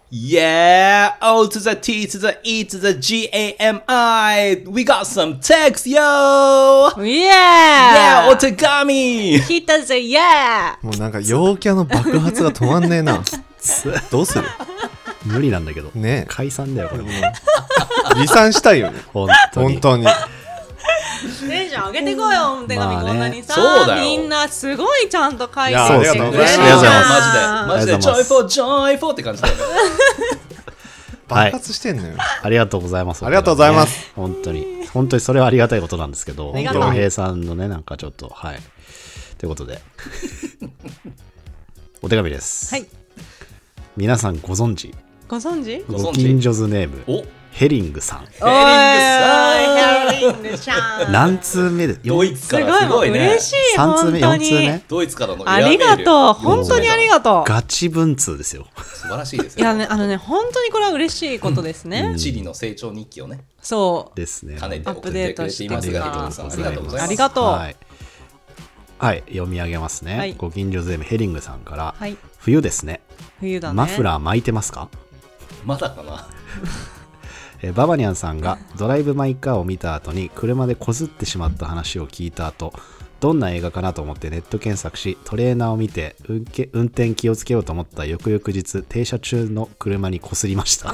Yeah, O to the T to the E to the GAMI. We got some text, yo! Yeah! お手紙来たぜ、yeah! もうなんか陽キャの爆発が止まんねえな。どうする？ 無理なんだけど。 ねえ。 解散だよ、これ。 離散したいよね。 本当に。 テンション上げてこよ、お手紙こんなにさ、 そうだよみんなすごいちゃんと書いてありがとうございます。 ありがとうございますマジで、ジョイフォー、ジョイフォーって感じだよね。 爆発してんのよ。 ありがとうございます。 ありがとうございます。 本当にそれはありがたいことなんですけど、 ありがとう洋平さんのね、なんかちょっと、はい。ということで、お手紙です。 はい。 皆さんご存知ご存知？ ご近所ズネーム、ヘリングさん。 ヘリングさん。 何通目でドイツからすごいね。 嬉しい、 3通目、4 本当に通目ドイツからのエあアメールりがとう、本当にありがとう。 ガチ文通ですよ。 素晴らしいですいやよ。 ね、本当にこれは嬉しいことですね。 チリの成長日記をね、 そうですね。 兼ねて送ってくれていますが、ヘリングさんありがとうございます。 ありがとう。 はいはい、読み上げますね。 はいご近所ズネームヘリングさんから、 はい、 冬ですね。 冬だね。 マフラー巻いてますか？ まだかな。 ババニャンさんがドライブ・マイ・カーを見た後に車でこずってしまった話を聞いた後、どんな映画かなと思ってネット検索し、トレーナーを見て運転気をつけようと思った翌々日、停車中の車にこすりました。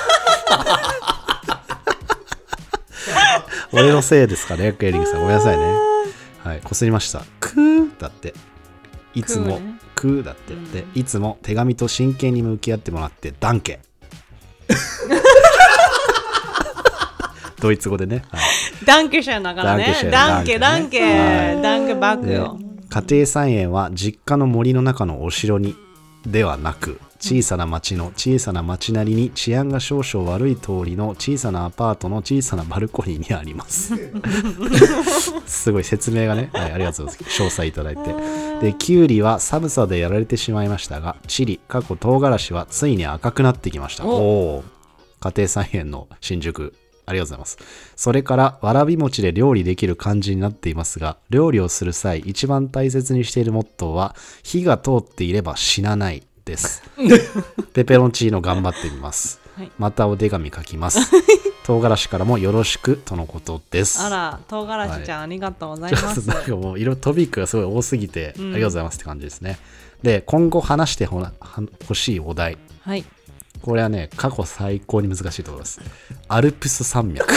俺のせいですかね、エリングさん、ごめんなさいね。はい、こすりました。クーだって、いつもクーだって、でいつも手紙と真剣に向き合ってもらってダンケ。ドイツ語でね、はい、 ダンケシェンだからね。ダンケバックよ。 家庭菜園は実家の森の中のお城にではなく、小さな町の小さな町なりに治安が少々悪い通りの小さなアパートの小さなバルコニーにあります。すごい説明がね、はい、ありがとうございます。詳細いただいて。で、キュウリは寒さでやられてしまいましたが、チリ、唐辛子はついに赤くなってきました。おー、家庭菜園の新宿。ありがとうございます。それからわらび餅で料理できる感じになっていますが、料理をする際一番大切にしているモットーは火が通っていれば死なないです。ペペロンチーノ頑張ってみます、はい、またお手紙書きます。唐辛子からもよろしくとのことです。 あら、唐辛子ちゃん、はい、ありがとうございます。 なんかもうトピックがすごい多すぎて、ありがとうございますって感じですね。で、今後話してほしいお題、 はい、 これはね、過去最高に難しいところです。アルプス山脈。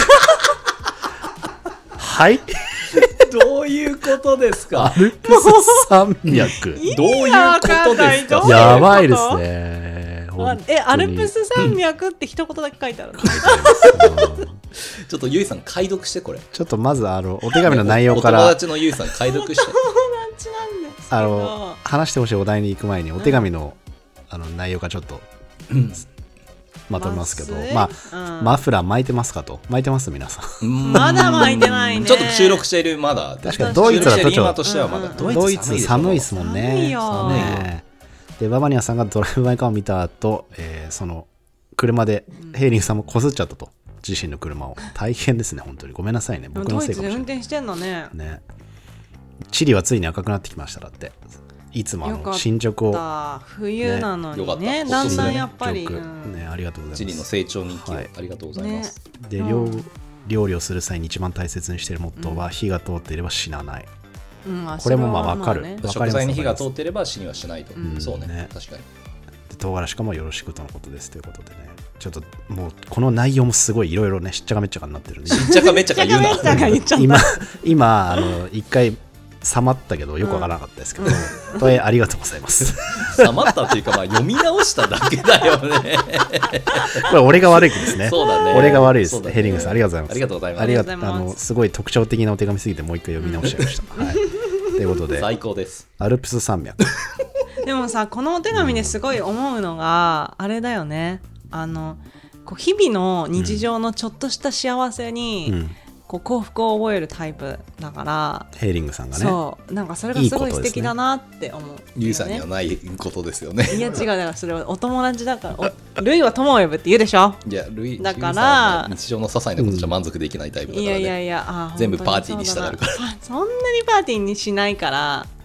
はい。 どういうことですか？ アルプス山脈。 どういうことですか？ やばいですね。 アルプス山脈って一言だけ書いてあるの。 ちょっとゆいさん解読して、これ。 ちょっとまずお手紙の内容から。 お友達のゆいさん解読して。 友達なんですけど。 話してほしいお題に行く前にお手紙の、内容がちょっと。まとめますけど、マフラー巻いてますかと。巻いてます皆さん。 まだ巻いてないね。 ちょっと収録している、まだ。 確かにドイツだと今としてはまだ。 ドイツ寒いですもんね。 寒いよ。 で、ババニャさんがドライブ・マイ・カーを見た後、その車でヘイリングさんもこすっちゃったと。自身の車を。大変ですね、本当に。ごめんなさいね。僕のせいかもしれない。 ドイツで運転してんのね。 チリはついに赤くなってきました。だって。いつも進捗を、 冬なのにね、だんだんやっぱり、 ね、ありがとうございます。 チリの成長日記をありがとうございます。 で、料理をする際に一番大切にしているモットーは、火が通っていれば死なない。これもまあ分かる。 食材に火が通っていれば死にはしないと。そうね、確かに。 で、唐辛子かもよろしくとのことですということでね。ちょっともうこの内容もすごいいろいろね、しっちゃかめっちゃかになってるんで。 しっちゃかめっちゃか言うな。 今一回冷まったけどよくわからなかったですけど、これありがとうございます。 冷まったっていうか、読み直しただけだよね。 これ俺が悪いですね。 そうだね。 俺が悪いです。ヘリングさんありがとうございます。 ありがとうございます。 ありがとう。すごい特徴的なお手紙すぎてもう一回読み直しちゃいました。はい。ということで最高です。 アルプス山脈。 でもさ、このお手紙ですごい思うのがあれだよね。こう日々の日常のちょっとした幸せに、こう幸福を覚えるタイプだから、 ヘイリングさんがね、 そうなんかそれがすごい素敵だなって思う。 ユウさんにはないことですよね。 いや違う、だからそれはお友達だからルイは友を呼ぶって言うでしょ。 いやルイだから日常の些細なことじゃ満足できないタイプだからね。 いや全部パーティーにしたがるから。 そんなにパーティーにしないから、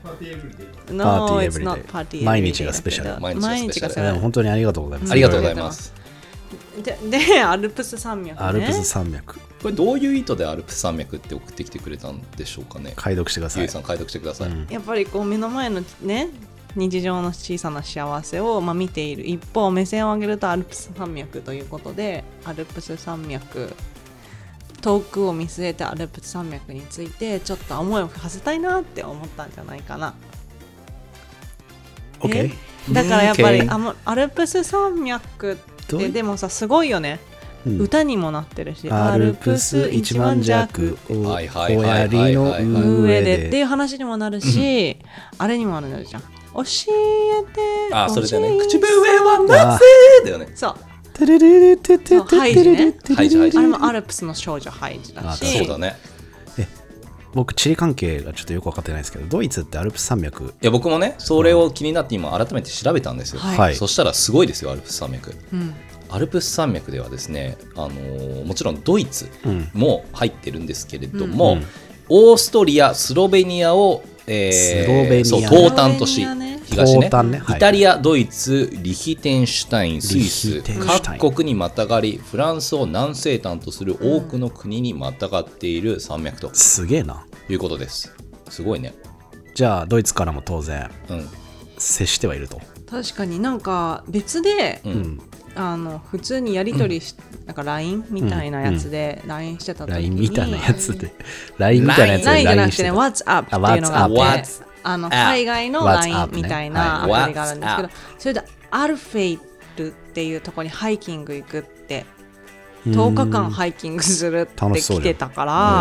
No, it's not party every day 毎日がスペシャル。 毎日がスペシャル。 本当にありがとうございます。 ありがとうございます。 でアルプス山脈ね。 アルプス山脈。 これどういう意図でアルプス山脈って送ってきてくれたんでしょうかね。 解読してください。 ゆいさん解読してください。 やっぱりこう目の前のね日常の小さな幸せを見ている一方、目線を上げるとアルプス山脈ということで、アルプス山脈遠くを見据えてアルプス山脈についてちょっと思いを馳せたいなって思ったんじゃないかな。 OK。 だからやっぱりアルプス山脈ってでもさすごいよね、歌にもなってるし、 アルプス一万弱お槍の上でっていう話にもなるし、あれにもあるじゃん、教えて、 あ、それだよね。口笛はなぜだよね。 そう。 そうハイジね。 ハイジ。 あれもアルプスの少女ハイジだし。 そうだね。 僕地理関係がちょっとよく分かってないですけど、ドイツってアルプス山脈。 いや僕もねそれを気になって今改めて調べたんですよ。 はい。 そしたらすごいですよアルプス山脈。アルプス山脈ではですね、もちろんドイツも入ってるんですけれども、オーストリア、スロベニアをそう東端都市、東ね、イタリア、ドイツ、リヒテンシュタイン、スイス各国にまたがり、フランスを南西端とする多くの国にまたがっている山脈とすげえないうことです。すごいね。 じゃあドイツからも当然、接してはいると。 確かになんか別で、普通にやり取りし、なんか LINE みたいなやつで LINE してた時に LINE みたいなやつで LINE みたいなやつで LINE じゃなくてね WhatsApp っていうのがあって海外の LINE みたいなアプリがあるんですけど、それでアルフェイルっていうところにハイキング行くって10日間ハイキングするって来てたから、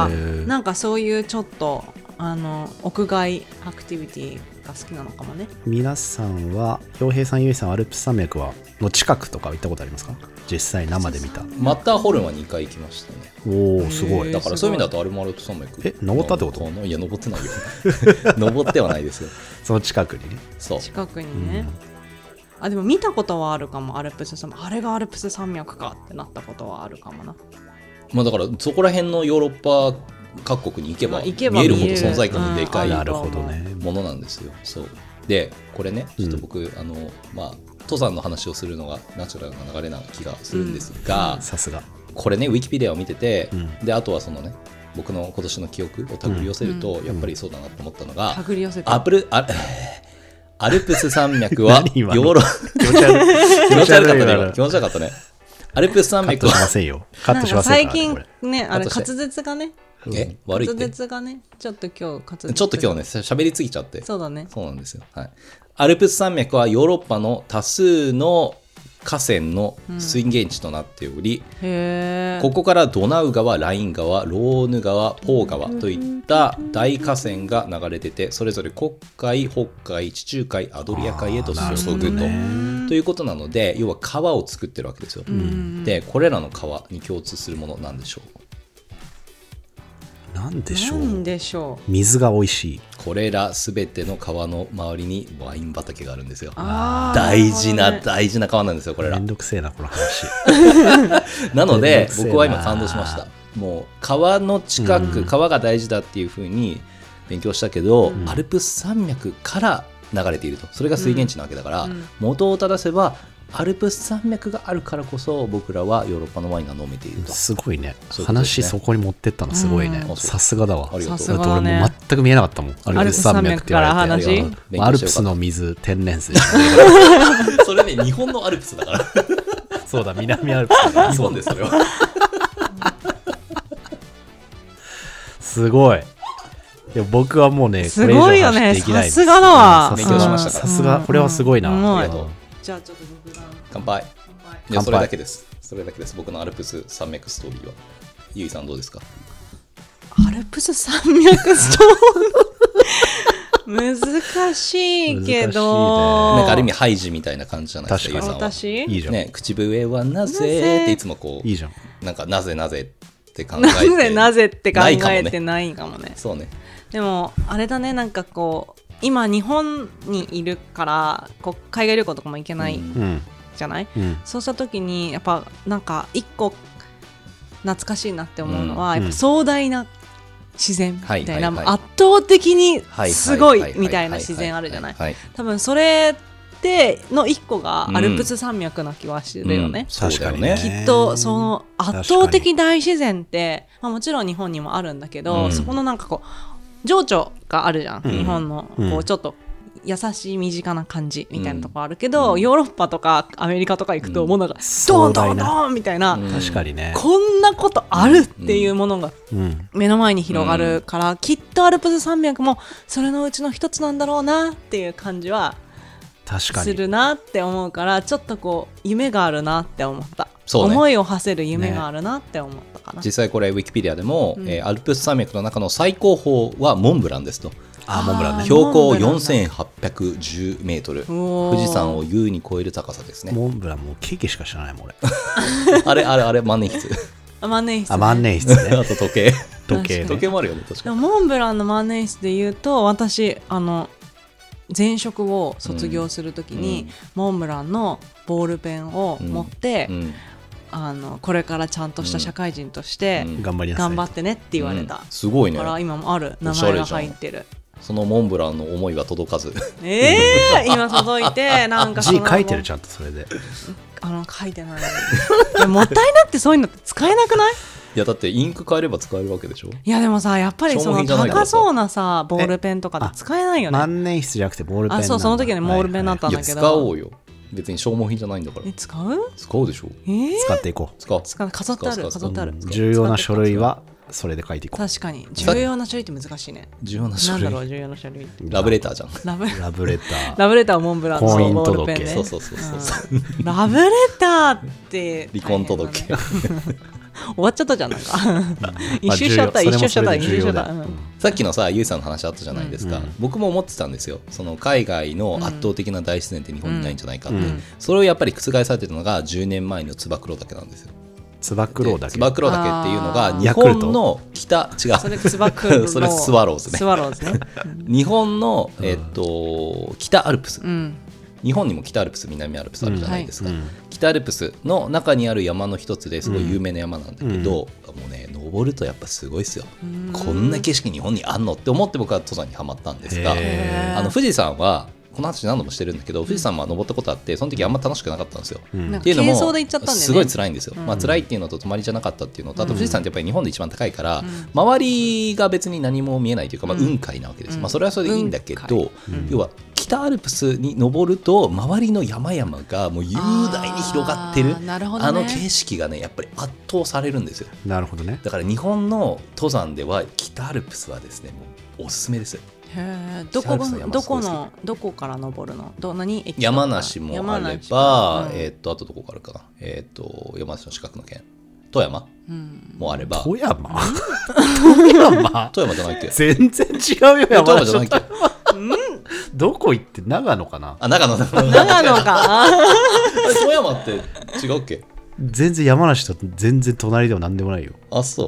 なんかそういうちょっと屋外アクティビティが好きなのかもね。 皆さんは陽平さん、ゆいさん、アルプス山脈の近くとか行ったことありますか？実際生で見た。 マッターホルンは2回行きましたね。 おーすごい。 だからそういう意味だとアルプス山脈登ったってこと？ いや登ってないよ登ってはないですよ。 その近くにね。 そう近くにね、でも見たことはあるかも。アルプス山脈、あれがアルプス山脈かってなったことはあるかもな。 まあだからそこら辺のヨーロッパ各国に行けば見えるほど存在感のでかいものなんですよ。そうでこれねちょっと僕、登山の話をするのがナチュラルな流れな気がするんですが、 さすがこれねウィキペディアを見てて、であとはそのね僕の今年の記憶を手繰り寄せると、やっぱりそうだなと思ったのが、 手繰り寄せてアルプス山脈はヨーロッ気持ち悪かったね今。気持ち悪かったね。アルプス山脈はカットしませんよ。カットしませんからね。 最近ねあれ滑舌がね悪いって。 滑舌がねちょっと今日ね喋りすぎちゃって。 そうだね。 そうなんですよ。はい。アルプス山脈はヨーロッパの多数の河川の水源地となっており、ここからドナウ川、ライン川、ローヌ川、ポー川といった大河川が流れてて、それぞれ黒海、北海、地中海、アドリア海へと注ぐということなので、要は川を作ってるわけですよ。でこれらの川に共通するものなんでしょう？ なんでしょう。水が美味しい。 これらすべての川の周りにワイン畑があるんですよ。大事な川なんですよこれら。 めんどくせえなこの話なので僕は今感動しました。もう川の近く、川が大事だっていう風に勉強したけど、アルプス山脈から流れていると。それが水源地なわけだから、元を正せばアルプス山脈があるからこそ僕らはヨーロッパのワインが飲めていると。 すごいね。話そこに持ってったのすごいね。さすがだわ。 ありがとう。 だって俺も全く見えなかったもん。アルプス山脈って言われて。アルプスの水天然水それね日本のアルプスだからそうだ南アルプスだ。 日本でそれはすごい。いや僕はもうねすごいよね。さすがだわ。 勉強しましたから。 さすがこれはすごいな。 ありがとう。 じゃあちょっと僕が乾杯。いやそれだけです。それだけです。僕のアルプス山脈ストーリーは。ゆいさんどうですか？ アルプス山脈ストーリー難しいけど、 なんかある意味ハイジみたいな感じじゃないですか。ゆいさんは。 私いいじゃん。 ね口笛はなぜっていつもこういいじゃん。 なんかなぜって考えてなぜって考えてないかもね。 そうね。 でもあれだね、なんかこう今日本にいるからこう海外旅行とかも行けないじゃない、そうした時にやっぱなんか一個懐かしいなって思うのは、やっぱ壮大な自然みたいな、 はいはいはい圧倒的にすごいみたいな自然あるじゃない。多分それっての一個がアルプス山脈な気はするよね、 確かにね。 きっとその圧倒的大自然って、もちろん日本にもあるんだけど、そこのなんかこう情緒があるじゃん、日本のこうちょっと優しい身近な感じみたいなとこあるけど、ヨーロッパとかアメリカとか行くともうなんかドンドンドンみたいな、 確かにね、 こんなことあるっていうものが目の前に広がるから、きっとアルプス山脈もそれのうちの一つなんだろうなっていう感じはするなって思うから、ちょっとこう夢があるなって思った、思いを馳せる夢があるなって思ったかな、 実際これウィキペディアでも、アルプス山脈の中の最高峰はモンブランですと。 モンブランね、 標高4810メートル、富士山を優に超える高さですね。 モンブランもうケーキしか知らないもん俺あれ万年筆万年筆、 ね、万年筆ねあと時計もあるよね。確かにモンブランの万年筆で言うと、私前職を卒業するときに、モンブランのボールペンを持って、これからちゃんとした社会人として頑張ってねって言われた、 すごいね。 だから今もある名前が入ってる。 そのモンブランの思いは届かず今届いて、なんか字書いてる、ちゃんとそれで書いてないいやもったいなって、そういうのって使えなくない？ いやだってインク変えれば使えるわけでしょ。 いやでもさ、やっぱりその高そうなさボールペンとかって使えないよね。 万年筆じゃなくてボールペンなんだ。 そう、その時はねボールペンだったんだけど、 いや使おうよ、別に消耗品じゃないんだから。 使うでしょ。 使っていこう。 飾ってある。 重要な書類はそれで書いていこう。 確かに重要な書類って難しいね。 重要な書類、 なんだろう、重要な書類、 ラブレターじゃん。 ラブレターラブレターをモンブランのボールペンね。 そうラブレターって離婚届終わっちゃったじゃん、なんか一周しちゃった。 さっきのさゆいさんの話あったじゃないですか、僕も思ってたんですよ。その海外の圧倒的な大自然って日本にないんじゃないかって、それをやっぱり覆されてるのが10年前の燕岳なんですよ。 燕岳っていうのが日本の北、違う、 それスワローズね日本の、北アルプス、日本にも北アルプス南アルプスあるじゃないですか、北アルプスの中にある山の一つですごい有名な山なんだけど、もうね登るとやっぱすごいですよ。こんな景色日本にあんのって思って僕は登山にはまったんですが、富士山はこの話何度もしてるんだけど、富士山は登ったことあって、その時あんま楽しくなかったんですよ、っていうのもすごい辛いんですよ、辛いっていうのと泊まりじゃなかったっていうのと、あと富士山ってやっぱり日本で一番高いから、周りが別に何も見えないというか、雲海なわけです、それはそれでいいんだけど、要は北アルプスに登ると周りの山々がもう雄大に広がってる、あの景色がねやっぱり圧倒されるんですよ。 なるほどね。 だから日本の登山では北アルプスはですねもうおすすめです。 どこから登るの？ 山梨もあれば、あとどこからかな、山梨の近くの県富山もあれば。 富山じゃないっけ？ 全然違うよ。 富山じゃないっけ？ どこ行って？長野かな？ 長野か富山って違うっけ？ 全然山梨と全然隣でも何でもないよ。 あ、そう、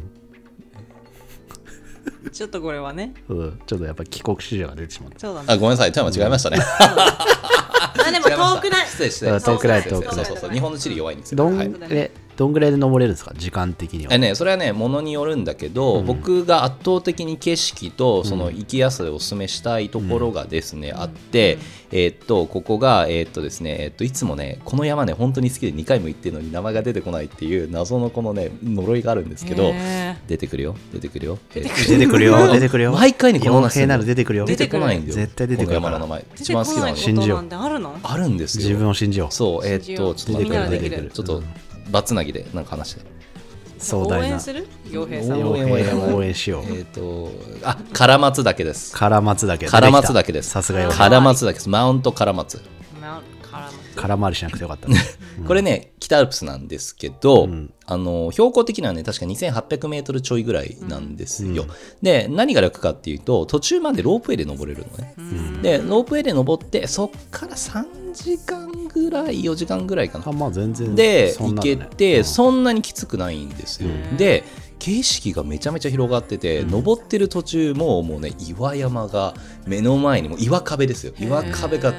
ちょっとこれはね、 ちょっとやっぱり帰国子女が出てしまった。 そうだね。 あ、ごめんなさい、富山違いましたね。 でも遠くない。 失礼。 遠くない。 そう日本の地理弱いんですよ。 どんぐらいで登れるんですか、時間的には。 それはねものによるんだけど、僕が圧倒的に景色とその行きやすいおすすめしたいところがですね、あって、ここがですねいつもねこの山ね本当に好きで2回も行ってるのに名前が出てこないっていう謎のこのね呪いがあるんですけど、出てくるよ毎回ねこの話出てこないんだよ。 絶対出てくる。 この山の名前一番好きなの信じよう。 あるんですよ。 自分を信じよう。 そう、ちょっと出てくる。ちょっとバツナギでなんか話して壮大な応援する？陽平さん応援しよう。 唐松岳です。 唐松岳です。さすが唐松岳です。マウント唐松。 空回りしなくてよかったね。 これね北アルプスなんですけど、標高的にはね確か2800メートルちょいぐらいなんですよ。で何が楽かっていうと途中までロープウェイで登れるのね。でロープウェイで登ってそっから3時間ぐらい4時間ぐらいかな、 全然で行けて、そんなにきつくないんですよ。で景色がめちゃめちゃ広がってて、登ってる途中もうね岩山が目の前にも岩壁ですよ。岩壁がド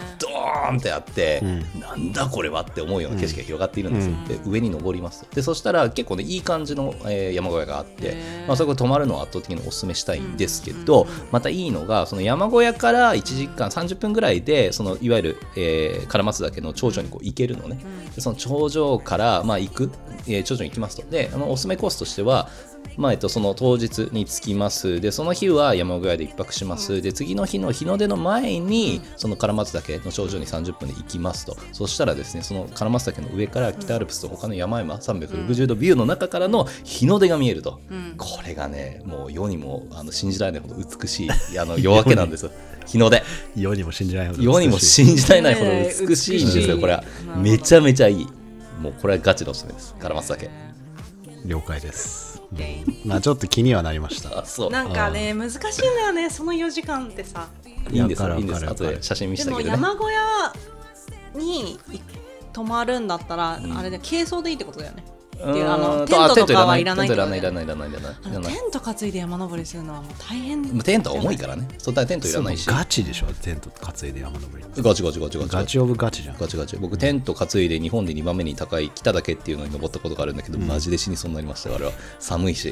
ーンってあって、なんだこれはって思うような景色が広がっているんですよ。で上に登りますと。でそしたら結構ねいい感じの、山小屋があって、そこで泊まるのを圧倒的にお勧めしたいんですけど、またいいのがその山小屋から1時間30分ぐらいでそのいわゆる、唐松岳の頂上にこう行けるのね。でその頂上から行く、頂上に行きますと。でおすすめコースとしてはその当日に着きます。でその日は山小屋で1泊します。で次の日の日の出の前にその唐松岳の頂上に30分で行きますと。そしたらですね、その唐松岳の上から北アルプスと他の山々360度ビューの中からの日の出が見えると、これがねもう世にも信じられないほど美しい夜明けなんですよ。日の出世にも信じられないほど世にも信じられないほど美しいんですよ。これはめちゃめちゃいい。もうこれはガチのおすすめです。唐松岳。 了解です。ちょっと気にはなりました。 そうなんかね難しいんだよね、その4時間ってさ。 いいんですよ、いいんです。後で写真見せてあげるね。 でも山小屋に泊まるんだったら、あれで軽装でいいってことだよね。テントとかはいらないってことだよね。テント担いで山登りするのはもう大変。 テントは重いからね。そんなテントいらないし。 ガチでしょ、テント担いで山登り。 ガチガチオブガチじゃん。 ガチ。僕テント担いで日本で2番目に高い北岳っていうのに登ったことがあるんだけど、マジで死にそうになりました。あれは寒いし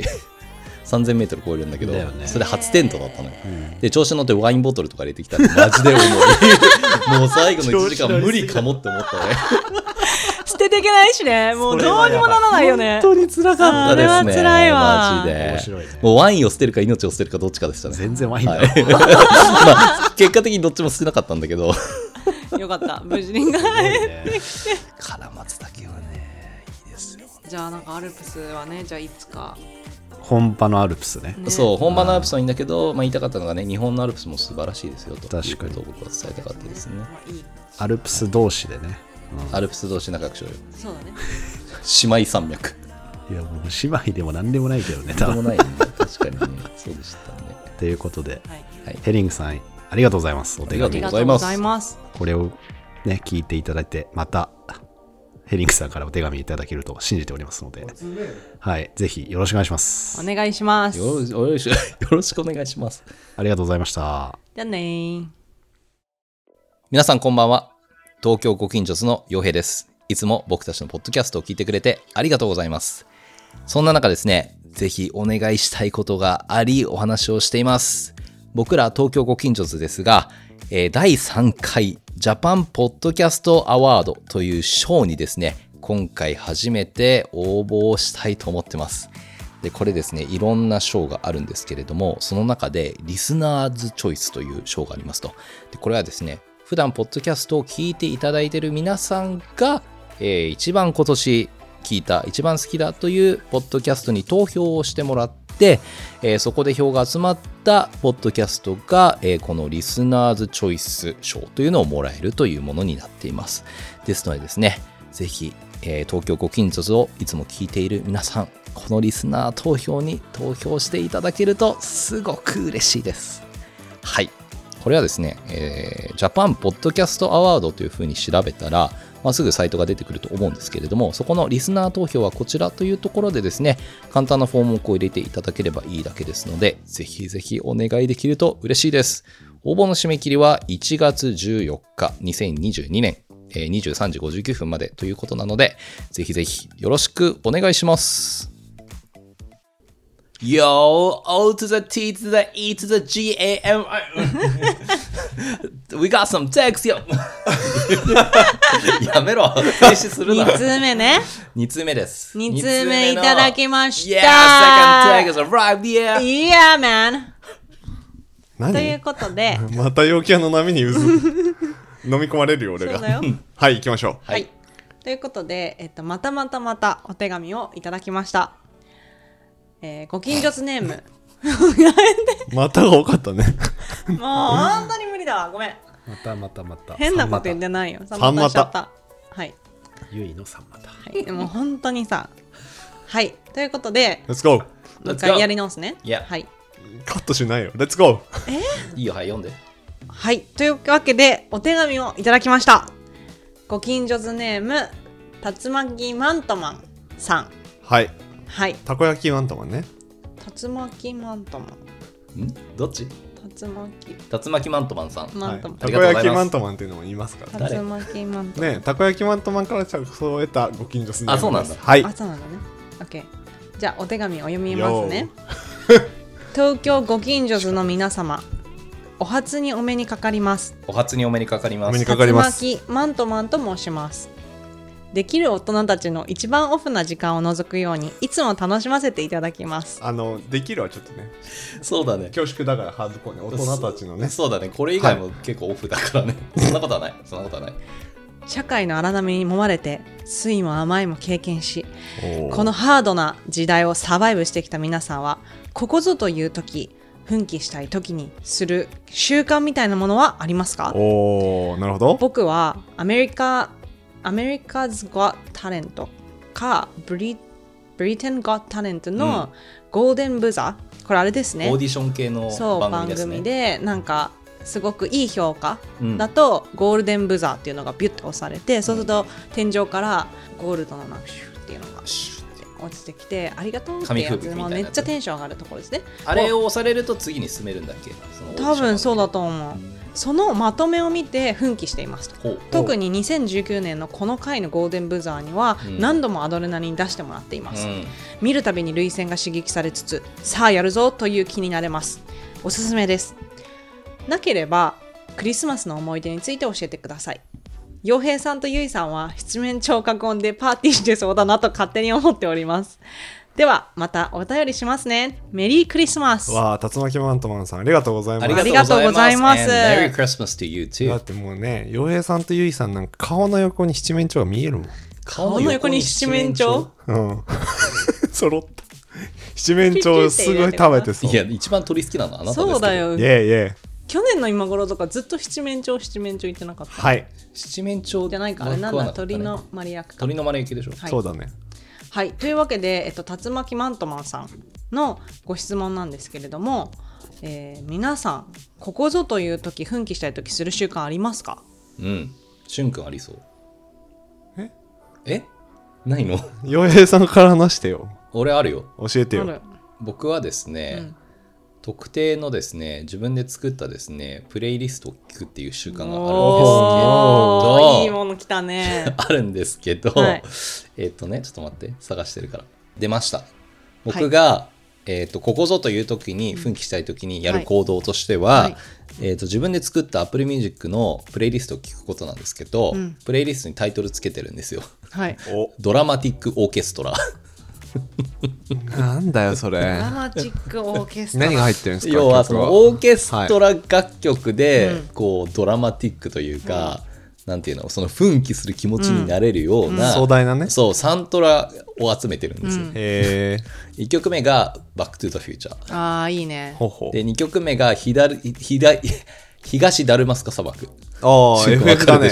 3000メートル超えるんだけど、それ初テントだったのよ。で調子乗ってワインボトルとか入れてきたらマジで重いもう最後の1時間無理かもって思ったね捨てていけないしね、もうどうにもならないよね。 本当に辛かったですね。 あれは辛いわ。 マジで面白いね。 もうワインを捨てるか命を捨てるかどっちかでしたね。 全然ワインだ、 結果的にどっちも捨てなかったんだけどよかった、無事に帰ってきて。 唐松岳はねいいですよ。 じゃあなんかアルプスはね、じゃあいつか本場のアルプス ね。 そう本場のアルプスはいいんだけど、言いたかったのがね、日本のアルプスも素晴らしいですよと確かにいうことを僕は伝えたかったですね。 アルプス同士でね、 アルプス同士仲良くしようよ。 そうだね姉妹山脈。 いやもう姉妹でも何でもないけどね。 何でもないね確かにねそうでしたね。 ということで、 はい、 ヘリングさんありがとうございます。お手紙ありがとうございます。 これをね聞いていただいて、またヘリングさんからお手紙いただけると信じておりますので、はい、ぜひよろしくお願いします。 お願いします。 よろしくお願いします。 ありがとうございました。 じゃあね。 皆さんこんばんは。東京ご近所図の陽平です。いつも僕たちのポッドキャストを聞いてくれてありがとうございます。そんな中ですね、ぜひお願いしたいことがありお話をしています。僕ら東京ご近所図ですが、第3回ジャパンポッドキャストアワードという賞にですね、今回初めて応募したいと思ってます。でこれですね、いろんな賞があるんですけれども、その中でリスナーズチョイスという賞がありますと。でこれはですね、普段ポッドキャストを聞いていただいている皆さんが、一番今年聞いた、一番好きだというポッドキャストに投票をしてもらって、そこで票が集まったポッドキャストが、このリスナーズチョイス賞というのをもらえるというものになっています。ですのでですね、ぜひ、東京ご近所図をいつも聞いている皆さん、このリスナー投票に投票していただけるとすごく嬉しいです。はい。これはですね、ジャパンポッドキャストアワードというふうに調べたら、すぐサイトが出てくると思うんですけれども、そこのリスナー投票はこちらというところでですね、簡単なフォームをこう入れていただければいいだけですので、ぜひぜひお願いできると嬉しいです。応募の締め切りは1月14日2022年23時59分までということなので、ぜひぜひよろしくお願いします。Yo, O to the T to the E to the G A M We got some text, yo やめろ、停止するな。 2通目ね。 2通目です。 2通目いただきました。 Yeah, second tag has arrived, yeah. Yeah, man. 何ということでまた陽気屋の波に飲み込まれるよ俺が。 そうだよはい行きましょう。 はい、ということで、またお手紙をいただきました。ご近所図ネームまたが多かったねもう本当に無理だわ、ごめん。 また変なこと言ってないよ。 三股しちゃった。はい。 ゆいの三股。 はい、でも本当にさ。はい。ということで、 Let's go。 もう一回やり直すね。 Yeah. はい。 カットしないよ。Let's go。 いいよ、はい、読んで。 はい。というわけで、お手紙をいただきました。ご近所図ネーム、竜巻マントマンさん。 はい。 はい。 たこ焼きワントマンね。 竜巻マントマン。 どっち？ 竜巻マントマンさん、 マントマン、 たこ焼きマントマンっていうのも言いますからね。 竜巻マントマン、 ね、たこ焼きマントマンから着想を得たご近所住んで。 あ、そうなんだ。 はい。 あ、そうなんだね。OK。じゃあお手紙を読みますね。東京ご近所図の皆様、お初にお目にかかります。 お初にお目にかかります。 竜巻マントマンと申します。できる大人たちの一番オフな時間を除くようにいつも楽しませていただきます。 できるはちょっとね、 そうだね、 恐縮だからハードコアね、大人たちのね。 そうだね、これ以外も結構オフだからね、そんなことはない、そんなことはない。 社会の荒波に揉まれて酸いも甘いも経験し、このハードな時代をサバイブしてきた皆さんは、ここぞという時、奮起したい時にする習慣みたいなものはありますか？ おー、なるほど。 僕はアメリカAmerica's Got Talent かブリテン Got Talent のゴールデンブザー、これあれですね、 オーディション系の番組ですね。 番組でなんかすごくいい評価だと、ゴールデンブザーっていうのがビュッと押されて、そうすると天井からゴールドのなんかシューっていうのが落ちてきて、ありがとうってやつ、めっちゃテンション上がるところですね。 あれを押されると次に進めるんだっけ？ 多分そうだと思う。そのまとめを見て奮起していますと。特に2019年のこの回のゴールデンブザーには何度もアドレナリン出してもらっています、見るたびに涙腺が刺激されつつ、さあやるぞという気になれます。おすすめです。なければクリスマスの思い出について教えてください。洋平さんとゆいさんは七面鳥囲んでパーティーしてそうだなと勝手に思っております。ではまたお便りしますね。メリークリスマス。 わあ、竜巻マントマンさんありがとうございます。 ありがとうございます。 メリークリスマス to you too。 だってもうね、洋平さんとゆいさんなんか顔の横に七面鳥が見えるもん。 顔の横に七面鳥？ うん揃った。七面鳥すごい食べてそう。 いや、一番鳥好きなのあなたですけど。 そうだよ。 イエイイエイ。 去年の今頃とかずっと七面鳥言ってなかった。 はい。 七面鳥じゃないか、あれなんだ、鳥の丸焼きか。 鳥の丸焼きでしょ、 はい、 そうだね。 はい、というわけで、竜巻マントマンさんのご質問なんですけれども、皆さんここぞという時、奮起したい時する習慣ありますか？ うん、しゅんくんありそう。えないの？ 洋平さんから話してよ。 俺あるよ。 教えてよ。 僕はですね、特定のですね、自分で作ったですね、プレイリストを聞くっていう習慣があるんですけど、 いいもの来たね。 あるんですけど、 はい、 ちょっと待って、探してるから。出ました。僕が、ここぞという時に、奮起したい時にやる行動としては、自分で作った Apple Music のプレイリストを聞くことなんですけど、プレイリストにタイトルつけてるんですよ。 はい、 ドラマティックオーケストラ。 なんだよそれ。 ドラマチックオーケストラ。 何が入ってるんですか？ 要はそのオーケストラ楽曲で、こうドラマティックというか、なんていうの、その奮起する気持ちになれるような、 壮大なね、 そうサントラを集めてるんですよ。 へ 1曲目がバックトゥザフューチャー。 ああ、いいね。 で2曲目が東ダルマスカ砂漠。 ああ、FF だね。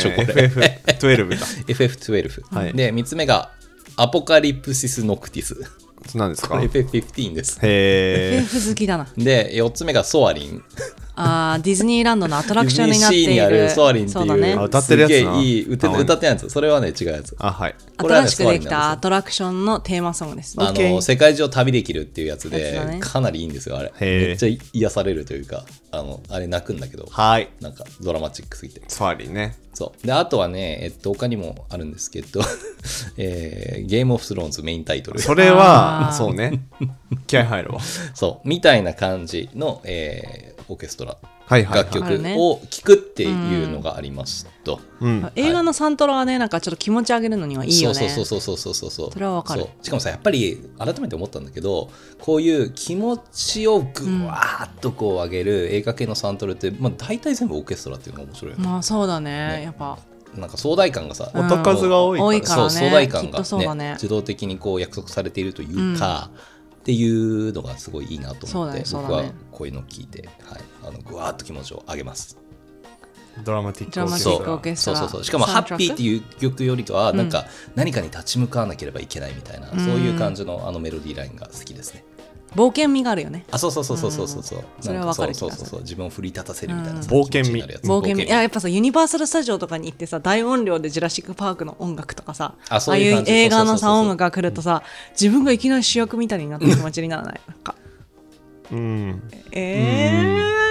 FF12 だ。 FF12、 はい、 で3つ目がアポカリプシスノクティス。 何ですか？ これ FF15 です。 へー。 FF 好きだな。 で4つ目がソアリン。 あー、ディズニーランドのアトラクションになっている。 ディズニーシーにあるソアリンっていう、 ね、 歌ってるやつな。 すげえいい歌ってるやつ。それはね違うやつ。 あ、はい。 新しくできたアトラクションのテーマソングです。 世界中を旅できるっていうやつで、ね、かなりいいんですよあれ。めっちゃ癒されるというか、あれ泣くんだけど、 はい。 なんかドラマチックすぎて。 ソアリンね。 そうで、あとはね、他にもあるんですけど、ゲームオフスローンズメインタイトル。 それはそうね。気合入るわ。 そうみたいな感じの、オーケストラ。楽曲を聴くっていうのがありますと、 映画のサントラはね、なんかちょっと気持ち上げるのにはいいよね。 そうそれはわかる。 しかもさ、やっぱり改めて思ったんだけど、こういう気持ちをぐわーっとこう上げる映画系のサントラって、大体全部オーケストラっていうのが面白いよね。 まあそうだね、やっぱなんか壮大感がさ、 音数が多いからね、 壮大感がね、 自動的にこう約束されているというか、っていうのがすごいいいなと思って、僕はこういうのを聞いて、ぐわーっと気持ちを上げます。 ドラマティックオーケストラ。 そうしかもハッピーっていう曲よりかは、なんか何かに立ち向かわなければいけないみたいな、そういう感じのメロディーラインが好きですね。 冒険味があるよね。 そうそれは分かる気がする。 自分を奮い立たせるみたいな冒険味。 いや、やっぱさ、ユニバーサルスタジオとかに行ってさ、大音量でジュラシックパークの音楽とかさ、ああいう映画のさ音楽が来るとさ、自分がいきなり主役みたいになった気持ちにならない？なんか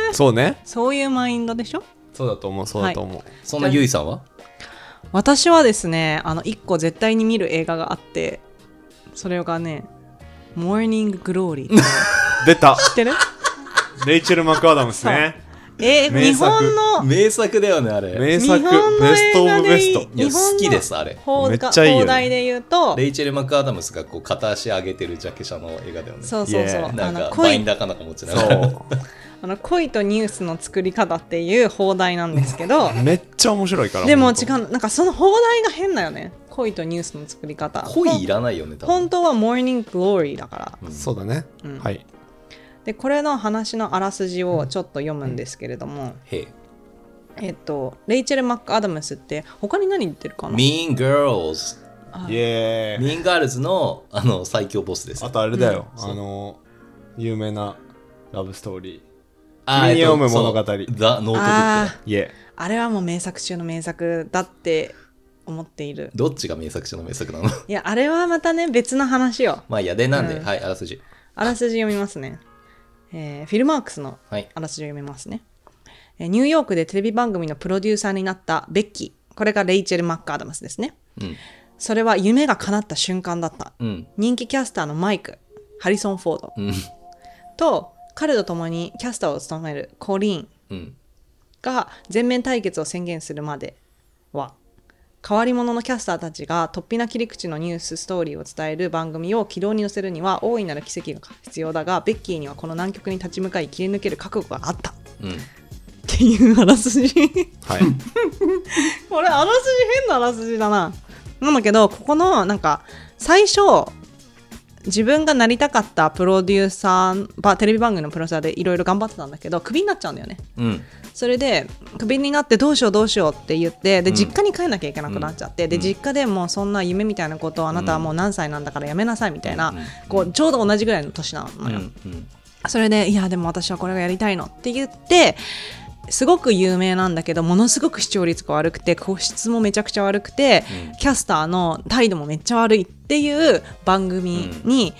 そうね。 そういうマインドでしょ。 そうだと思う。そうだと思う。 そんなゆいさんは？ 私はですね、1個絶対に見る映画があって、それがね、モーニンググローリー。 出た。 知ってる？ レイチェル・マクアダムスね。 日本の名作だよねあれ。 名作、ベストオブベスト。 いや好きですあれ。 めっちゃいいよね。 放題で言うとレイチェル・マクアダムスがこう片足上げてるジャケ写の映画だよね。 そうそうそう。 なんかバインダーかなんか持ちながら。 恋とニュースの作り方っていう放題なんですけどめっちゃ面白いから。 でも違う、なんかその放題が変だよね。恋とニュースの作り方。 恋いらないよね多分。 本当はモーニンググローリーだから、 そうだね、はい。 でこれの話のあらすじをちょっと読むんですけれども、レイチェル・マックアダムスって他に何言ってるかな。 Mean Girls。 イエーイ。 Mean Girls の最強ボスです。 あとあれだよ、有名なラブストーリー、君に読む物語、ザ・ノートブック。イエー。 あれはもう名作中の名作だって思っている。 どっちが名作中の名作なの？いやあれはまたね別の話よ。 まあやでなんで、はい、あらすじ読みますね。フィルマークスのあらすじを読みますね。ニューヨークでテレビ番組のプロデューサーになったベッキー、これがレイチェル・マックアダムスですね、それは夢が叶った瞬間だった、人気キャスターのマイク、ハリソン・フォード、と彼と共にキャスターを務めるコリーンが全面対決を宣言するまでは、変わり者のキャスターたちが突飛な切り口のニュースストーリーを伝える番組を軌道に乗せるには大いなる奇跡が必要だが、ベッキーにはこの難局に立ち向かい切り抜ける覚悟があった、っていうあらすじはいこれあらすじ変なあらすじだな。なんだけどここのなんか最初自分がなりたかったプロデューサー、テレビ番組のプロデューサーでいろいろ頑張ってたんだけどクビになっちゃうんだよね、それでクビになってどうしようって言って、で実家に帰んなきゃいけなくなっちゃって、で実家でもうそんな夢みたいなことをあなたはもう何歳なんだからやめなさいみたいな、こうちょうど同じぐらいの年なのよ、それでいやでも私はこれがやりたいのって言って、すごく有名なんだけどものすごく視聴率が悪くて個質もめちゃくちゃ悪くて、キャスターの態度もめっちゃ悪いっていう番組に、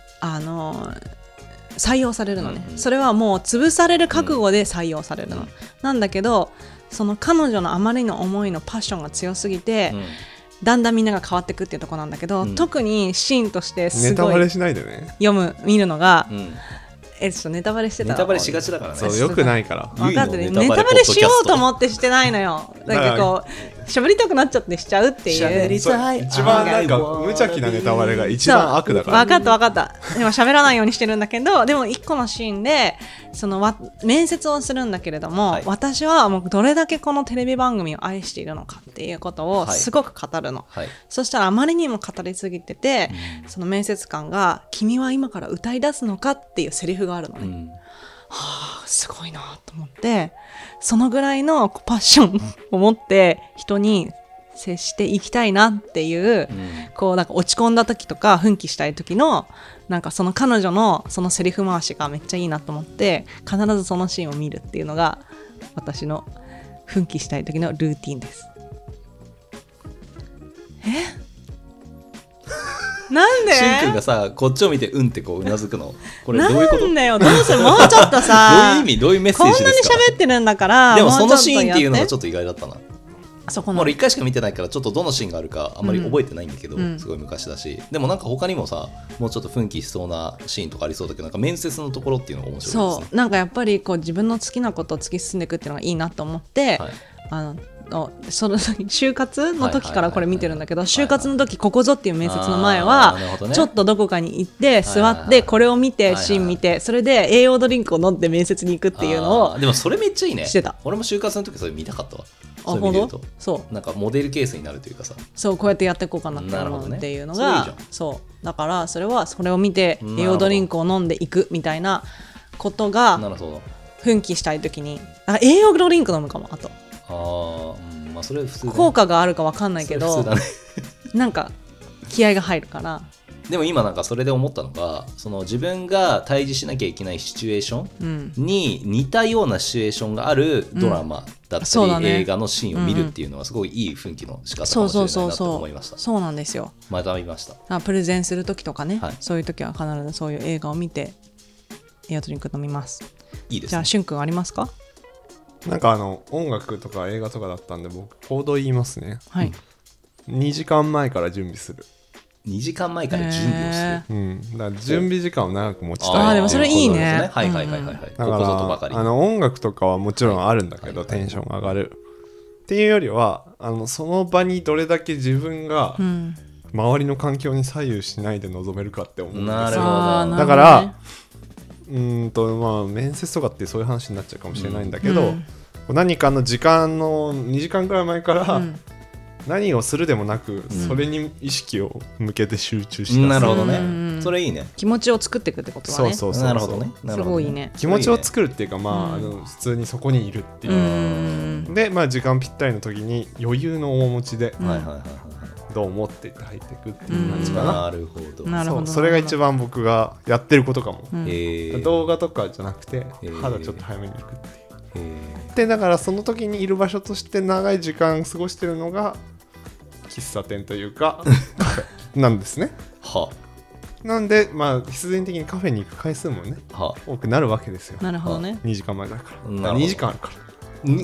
採用されるのね、それはもう潰される覚悟で採用されるの、なんだけどその彼女のあまりの思いのパッションが強すぎて、だんだんみんなが変わっていくっていうところなんだけど、特にシーンとしてすごいネタバレしないでね見るのが、ちょっとネタバレしてたらネタバレしがちだからね。 そうよくないから分かってね、ネタバレしようと思ってしてないのよ。なんかこう喋りたくなっちゃってしちゃうっていう。 喋りたい。 一番なんか無邪気なネタバレが一番悪だから。 分かったでも喋らないようにしてるんだけど、でも一個のシーンでその面接をするんだけれども、私はもうどれだけこのテレビ番組を愛しているのかっていうことをすごく語るの、そしたらあまりにも語りすぎてて、その面接官が君は今から歌い出すのかっていうセリフがあるのね、はあすごいなと思って、そのぐらいのパッションを持って人に接していきたいなっていう、こうなんか落ち込んだ時とか奮起したい時のなんかその彼女のそのセリフ回しがめっちゃいいなと思って、必ずそのシーンを見るっていうのが私の奮起したい時のルーティンです。なんで？ しんくんがさこっちを見てうんってこううなずくの、これどういうこと？ なんだよ、どうする？もうちょっとさどういう意味、どういうメッセージですか？ こんなに喋ってるんだから。 でもそのシーンっていうのがちょっと意外だったな。 そこの俺1回しか見てないからちょっとどのシーンがあるかあんまり覚えてないんだけど、すごい昔だし、でもなんか他にもさもうちょっと奮起しそうなシーンとかありそうだけど、なんか面接のところっていうのが面白いですね。 そうなんかやっぱりこう自分の好きなことを突き進んでいくっていうのがいいなと思って、その就活の時からこれ見てるんだけど、就活の時ここぞっていう面接の前はちょっとどこかに行って座ってこれを見てシーン見て、それで栄養ドリンクを飲んで面接に行くっていうのを。 でもそれめっちゃいいね。 してた。 俺も就活の時それ見たかったわ。 本当？そうなんかモデルケースになるというかさ、 そうこうやってやっていこうかなって思うっていうのが、そうだからそれを見て栄養ドリンクを飲んでいくみたいなことが奮起したい時に栄養ドリンク飲むかも。あとまあそれ普通だね、 効果があるか分かんないけど、ね、なんか気合が入るから。 でも今なんかそれで思ったのが、その自分が対峙しなきゃいけないシチュエーションに似たようなシチュエーションがあるドラマだったり、映画のシーンを見るっていうのはすごいいい奮起の仕方かもしれないなと思いました。 そうなんですよ。 学びました。 プレゼンする時とかね、そういう時は必ずそういう映画を見て栄養ドリンク飲みます。 いいですね。 じゃあしゅんくんありますか？ なんか音楽とか映画とかだったんで僕コード言いますね。 はい。 2時間前から準備する。 2時間前から準備をする。だから準備時間を長く持ちたい。 ああでもそれいいね。 はいはいはいはい。ここぞとばかり。音楽とかはもちろんあるんだけど、テンションが上がるっていうよりはその場にどれだけ自分が周りの環境に左右しないで臨めるかって思うんですよ。 なるほど。 だからまあ面接とかってそういう話になっちゃうかもしれないんだけど、何かの時間の2時間くらい前から、何をするでもなく、それに意識を向けて集中して、 なるほどね。それいいね。 気持ちを作っていくってことだね。 そうなるほどね。 すごいいいね。 気持ちを作るっていうか、まあ普通にそこにいるっていう。で、まあ時間ぴったりの時に余裕の面持ちで、どう思ってって入っていくっていう感じかな。 なるほど。 それが一番僕がやってることかも。動画とかじゃなくて、肌ちょっと早めに行くっていう。でだからその時にいる場所として長い時間過ごしてるのが喫茶店というかなんですね。なんでまあ必然的にカフェに行く回数もね多くなるわけですよ。 なるほどね。 2時間前だから2時間あるから。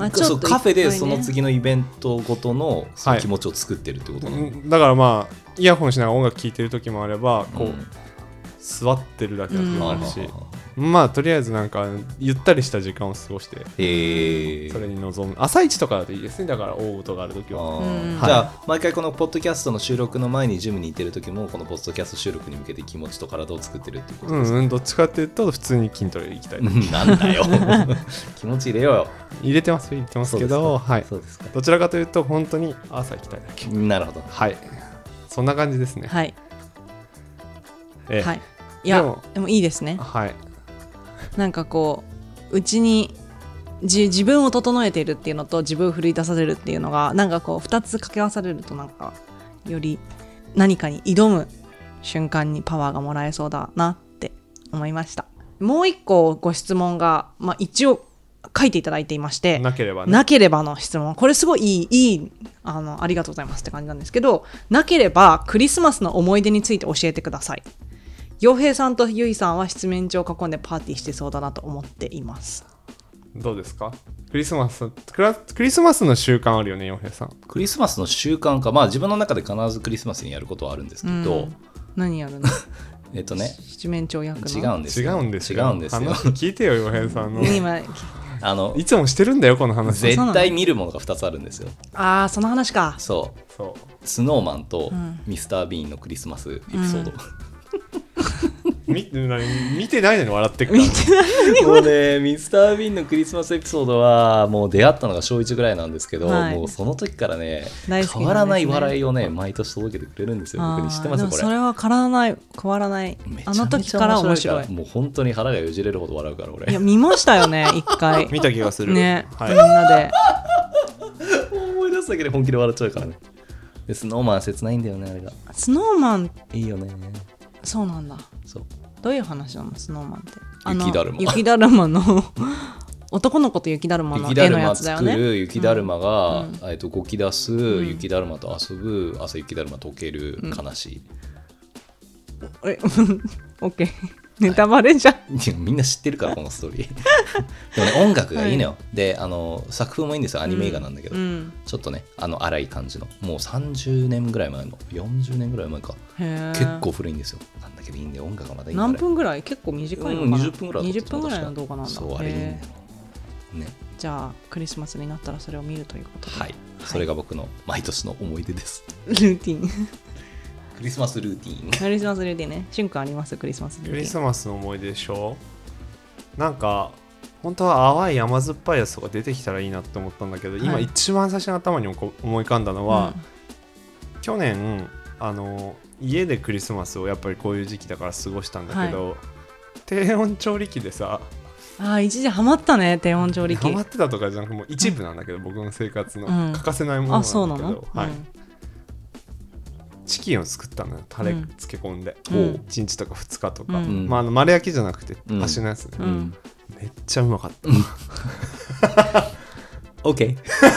そうカフェでその次のイベントごとのその気持ちを作ってるってことなの。 だからまあイヤホンしながら音楽聴いてる時もあればこう座ってるだけの時もあるし、まあとりあえずなんかゆったりした時間を過ごして、それに臨む。朝一とかだといいですね。だから大音がある時は。 じゃあ毎回このポッドキャストの収録の前にジムに行ってる時もこのポッドキャスト収録に向けて気持ちと体を作ってるっていうことですか？ どっちかっていうと普通に筋トレ行きたい。 なんだよ気持ち入れようよ。 入れてますけど、はい。どちらかというと本当に朝行きたいだけ。 なるほど。 はい。そんな感じですね。 はい。はい。いやでもいいですね。 はい。 なんかこうちに自分を整えているっていうのと自分を奮い出させるっていうのがなんかこう2つ掛け合わされるとなんかより何かに挑む瞬間にパワーがもらえそうだなって思いました。もう一個ご質問が、まあ、一応書いていただいていまして、 なければの質問、これすごいいいありがとうございますって感じなんですけど、なければクリスマスの思い出について教えてください。洋平さんとゆいさんは七面鳥を囲んでパーティーしてそうだなと思っています。 どうですか？クリスマスの習慣あるよね、洋平さん。 クリスマスの習慣か、まあ自分の中で必ずクリスマスにやることはあるんですけど、 何やるの？七面鳥役の違うんですよ。 話聞いてよ、洋平さんの。 今いつもしてるんだよこの話。 絶対見るものが2つあるんですよ。 ああ、その話か。 そうスノーマンとミスター・ビーンのクリスマスエピソード、 見てないのに笑ってくからもうねミスター・ビーンのクリスマスエピソードはもう出会ったのが小1ぐらいなんですけど、もうその時からね変わらない笑いをね毎年届けてくれるんですよ。僕に知ってますこれ。 それは変わらない。あの時から面白い。 もう本当に腹がよじれるほど笑うから俺。 いや見ましたよね一回。 見た気がするね、みんなで思い出すだけで本気で笑っちゃうからね。でスノーマン切ないんだよねあれが。 スノーマンいいよね。 そうなんだ。 そうどういう話なのスノーマンって。 雪だるまの男の子と雪だるまの絵のやつだよね。 雪だるまが、動き出す、雪だるまと遊ぶ、朝雪だるま溶ける、悲しい。 オッケー。ネタバレじゃん。 みんな知ってるからこのストーリー。でもね音楽がいいのよ。で作風もいいんですよ。アニメ映画なんだけど、ちょっとね荒い感じのもう30年ぐらい前の40年ぐらい前か。結構古いんですよ。なんだけどいいんで音楽がまだいいんだ。 何分ぐらい？結構短いのかな。 20分ぐらい。 20分ぐらいの動画なんだ。 そうあれいいんだよね。 じゃあクリスマスになったらそれを見るということで。 はい。それが僕の毎年の思い出です。 ルーティン。 クリスマスルーティン。 クリスマスルーティンね。しゅんくんあります？クリスマスルーティン。 クリスマスの思い出でしょ。なんか本当は淡い甘酸っぱいやつとか出てきたらいいなって思ったんだけど、今一番最初に頭に思い浮かんだのは、去年家でクリスマスをやっぱりこういう時期だから過ごしたんだけど、低温調理器でさ、 一時ハマったね。低温調理器ハマってたとかじゃなくもう一部なんだけど、僕の生活の欠かせないものなんだけど、 そうなの？ チキンを作ったのよ。タレ漬け込んで、1日とか2日とか、丸焼きじゃなくて端のやつで、めっちゃうまかった。 OK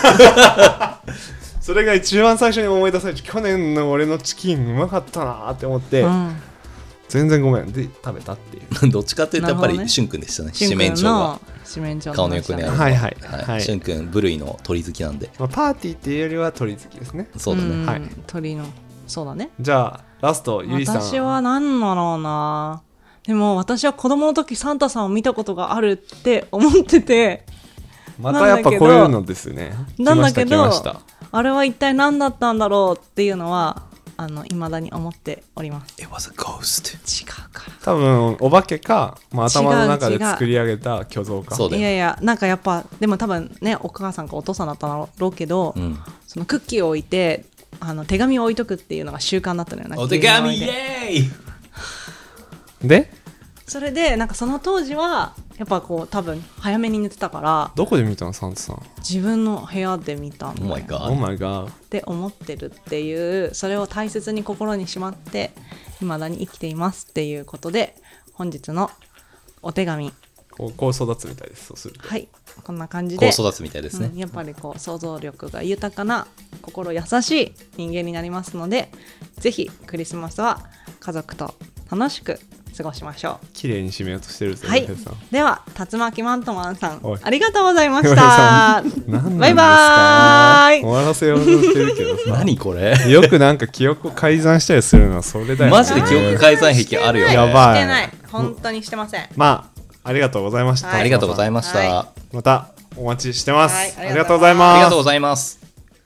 それが一番最初に思い出されて、去年の俺のチキンうまかったなって思って、 全然ごめんで食べたっていうどっちかというとやっぱりしゅんくんでしたね。四面鳥が顔の横にある、 はいはいはい、 しゅんくん部類の鳥好きなんで、 まあ、パーティーっていうよりは鳥好きですね。 そうだね、 はい、鳥のそうだね。 じゃあラストゆいさん。 私は何だろうな。でも私は子供の時サンタさんを見たことがあるって思ってて、 またやっぱこういうのですね。 なんだけどあれは一体何だったんだろうっていうのは未だに思っております。 It was a ghost。 違うから多分お化けか、まあ、頭の中で作り上げた虚像か。 そうだよ。 いやいや、なんかやっぱでも多分ね、お母さんかお父さんだったんだろうけど、うん、そのクッキーを置いて手紙を置いとくっていうのが習慣だったのよ。 お手紙イエーイでそれでなんかその当時はやっぱこう多分早めに寝てたから。 どこで見たのサンタさん。 自分の部屋で見たんだよ。 Oh my god って思ってるっていう、それを大切に心にしまって未だに生きていますっていうことで、本日のお手紙こう育つみたいです。そうするとはいこんな感じでこう育つみたいですね、 やっぱりこう想像力が豊かな心優しい人間になりますので、ぜひクリスマスは家族と楽しく過ごしましょう。 綺麗に締めようとしてるぞ、 はい、では竜巻マントマンさんありがとうございました。 バイバーイ。 終わらせようとしてるけどさ何これよくなんか記憶を改ざんしたりするのはそれだよね。 マジで記憶改ざん癖あるよね。 やばい。 してない、本当にしてません。 まあありがとうございました、 はい、ありがとうございました、はい、 またお待ちしてます、 はい、 ありがとうございます。 ありがとうございます。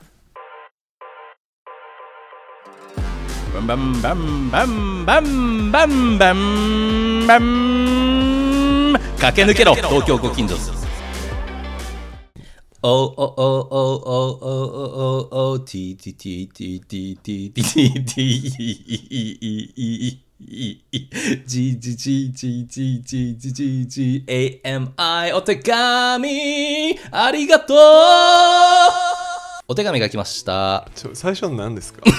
バンバンバンバンバンバンバンバン駆け抜けろ東京ご近所図。おおおおおおおお T T T T T T T T G G G G G G G G A M I お手紙ありがとう。お手紙が来ました。 最初の何ですか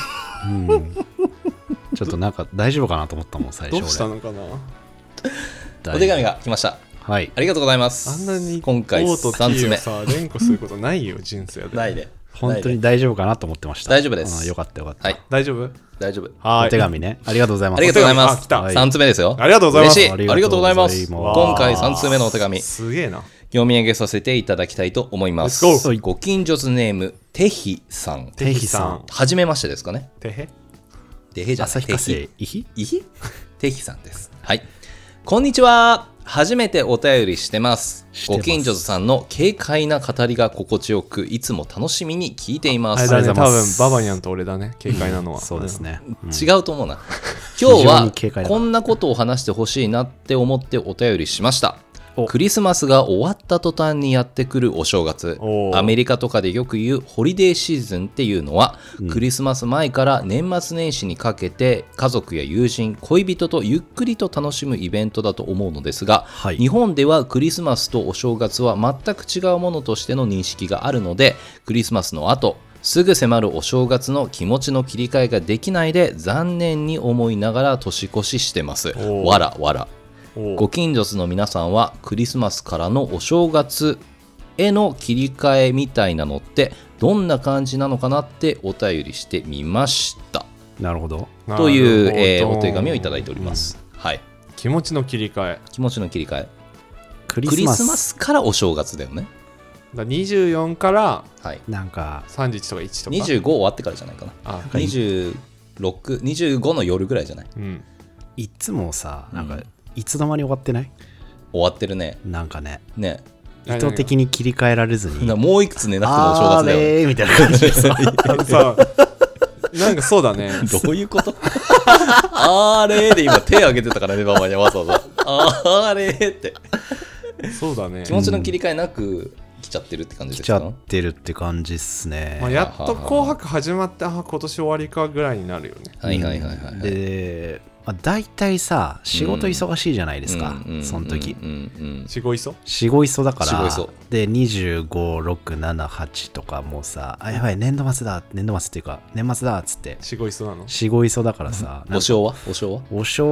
ちょっとなんか大丈夫かなと思ったもん最初。 どうしたのかな。 お手紙が来ました。 はい、 ありがとうございます。 あんなに今回3つ目さ連呼することないよ人生で。 ないで。 本当に大丈夫かなと思ってました。 大丈夫です。 よかったよかった。 はい、 大丈夫。 大丈夫。 お手紙ね。ありがとうございます。 ありがとうございます。 来た。 3つ目ですよ。 ありがとうございます。 嬉しい。ありがとうございます。今回3つ目のお手紙。 すげえな。 読み上げさせていただきたいと思います。ご近所図ネームてひさん。 てひさん。 はじめましてですかね。 てへ。 てへじゃない。 てひ。いひ。 いひ。てひさんです。はい。こんにちは。初めてお便りしてます。ご近所さんの軽快な語りが心地よく、いつも楽しみに聞いています。 あれだね、多分ババニャンと俺だね、軽快なのは。 そうですね。 違うと思うな。今日はこんなことを話してほしいなって思ってお便りしました。クリスマスが終わった途端にやってくるお正月。アメリカとかでよく言うホリデーシーズンっていうのは、クリスマス前から年末年始にかけて家族や友人、恋人とゆっくりと楽しむイベントだと思うのですが、日本ではクリスマスとお正月は全く違うものとしての認識があるので、クリスマスの後すぐ迫るお正月の気持ちの切り替えができないで残念に思いながら年越ししてます。わらわら。ご近所の皆さんはクリスマスからのお正月への切り替えみたいなのってどんな感じなのかなってお便りしてみました。 なるほど。 という、お手紙をいただいております、はい。 気持ちの切り替え。 気持ちの切り替え。クリスマスからお正月だよね。 だ24から、 はい、 なんか 31とか1とか 25終わってからじゃないかな。26、25の夜ぐらいじゃない、 いつもさ、なんかいつの間に終わってない？ 終わってるね。 なんかね。 意図的に切り替えられずに。 もういくつ寝なくてもお正月だよね。 みたいな感じでさ。 なんかそうだね。 どういうこと？あれで今手挙げてたからね、ママにわざわざ。あれって。 そうだね。 気持ちの切り替えなく来ちゃってるって感じですか？ 来ちゃってるって感じっすね。 やっと紅白始まって、今年終わりかぐらいになるよね。 はいはいはいはい。 で、大体さ、仕事忙しいじゃないですか、その時。 仕事だから、で、25、6、7、8とかもうさ、あ、やばい、年度末っていうか、年末だっつって。 仕事なの？ 仕事だからさ。 お正はおしお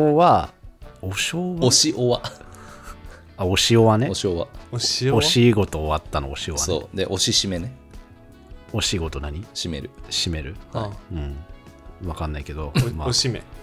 仕事終わったのおしおはね。 そう。で、おし締めね。 お仕事何？ 締める。 わかんないけど。 おしめ。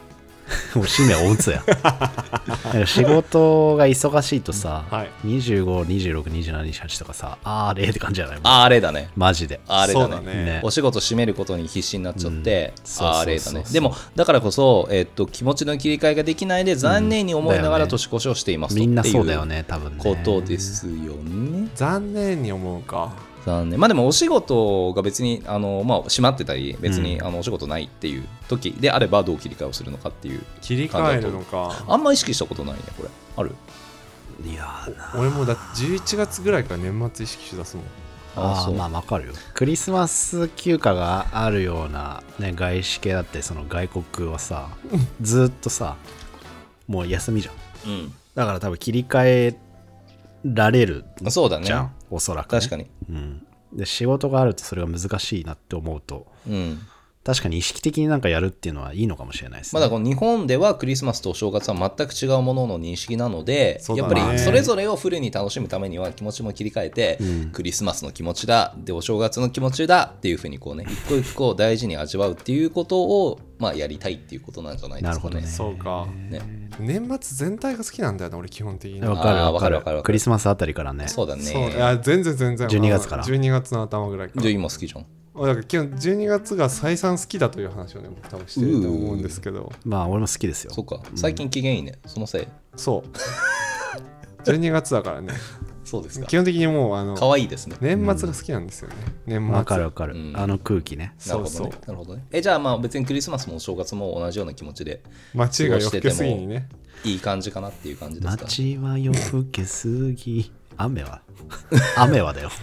もう使命はおつやなんか仕事が忙しいとさ、はい、25、26、27、28とかさ、あれって感じじゃない？ あれだね。 マジで。 あれだ ね。お仕事締めることに必死になっちゃって、あれだね。でもだからこそ、気持ちの切り替えができないで残念に思いながら年越しをしていますと、 みんなそうだよね、多分ね。 ことですよね。 残念に思うか。 残念。まあでもお仕事が別に閉まってたり別にお仕事ないっていう時であればどう切り替えをするのかっていう切り替えるのか。 あんま意識したことないねこれ。ある？ いや俺もだって11月ぐらいから年末意識しだすもん。 ああ、まあわかるよ。クリスマス休暇があるような、ね、外資系だってその外国はさずっとさもう休みじゃん、うん、だから多分切り替えられるじゃん。 そうだね、 おそらく、ね、 確かに、 うん、で仕事があるとそれが難しいなって思うと、うん、確かに意識的になんかやるっていうのはいいのかもしれないですね。 まだこの日本ではクリスマスとお正月は全く違うものの認識なので、やっぱりそれぞれをフルに楽しむためには気持ちも切り替えて、うん、クリスマスの気持ちだでお正月の気持ちだっていうふうにこうね一個一個大事に味わうっていうことをまあやりたいっていうことなんじゃないですかね。 そうか、ね、年末全体が好きなんだよね俺基本的に。 わかるクリスマスあたりからね。 そうだね。 そういや全然 12月から 12月の頭ぐらいから。 じゃあ今好きじゃん。 だから基本12月が再三好きだという話をね多分してると思うんですけど、 まあ俺も好きですよ。 そうか、最近機嫌いいね、そのせい。 そう12月だからねそうですか。 基本的にもう可愛いですね。 年末が好きなんですよね、年末。 わかる、あの空気ね。 なるほどね。じゃあまあ別にクリスマスもお正月も同じような気持ちで街が夜更けすぎにねいい感じかなっていう感じですか。 街は夜更けすぎ雨はだよ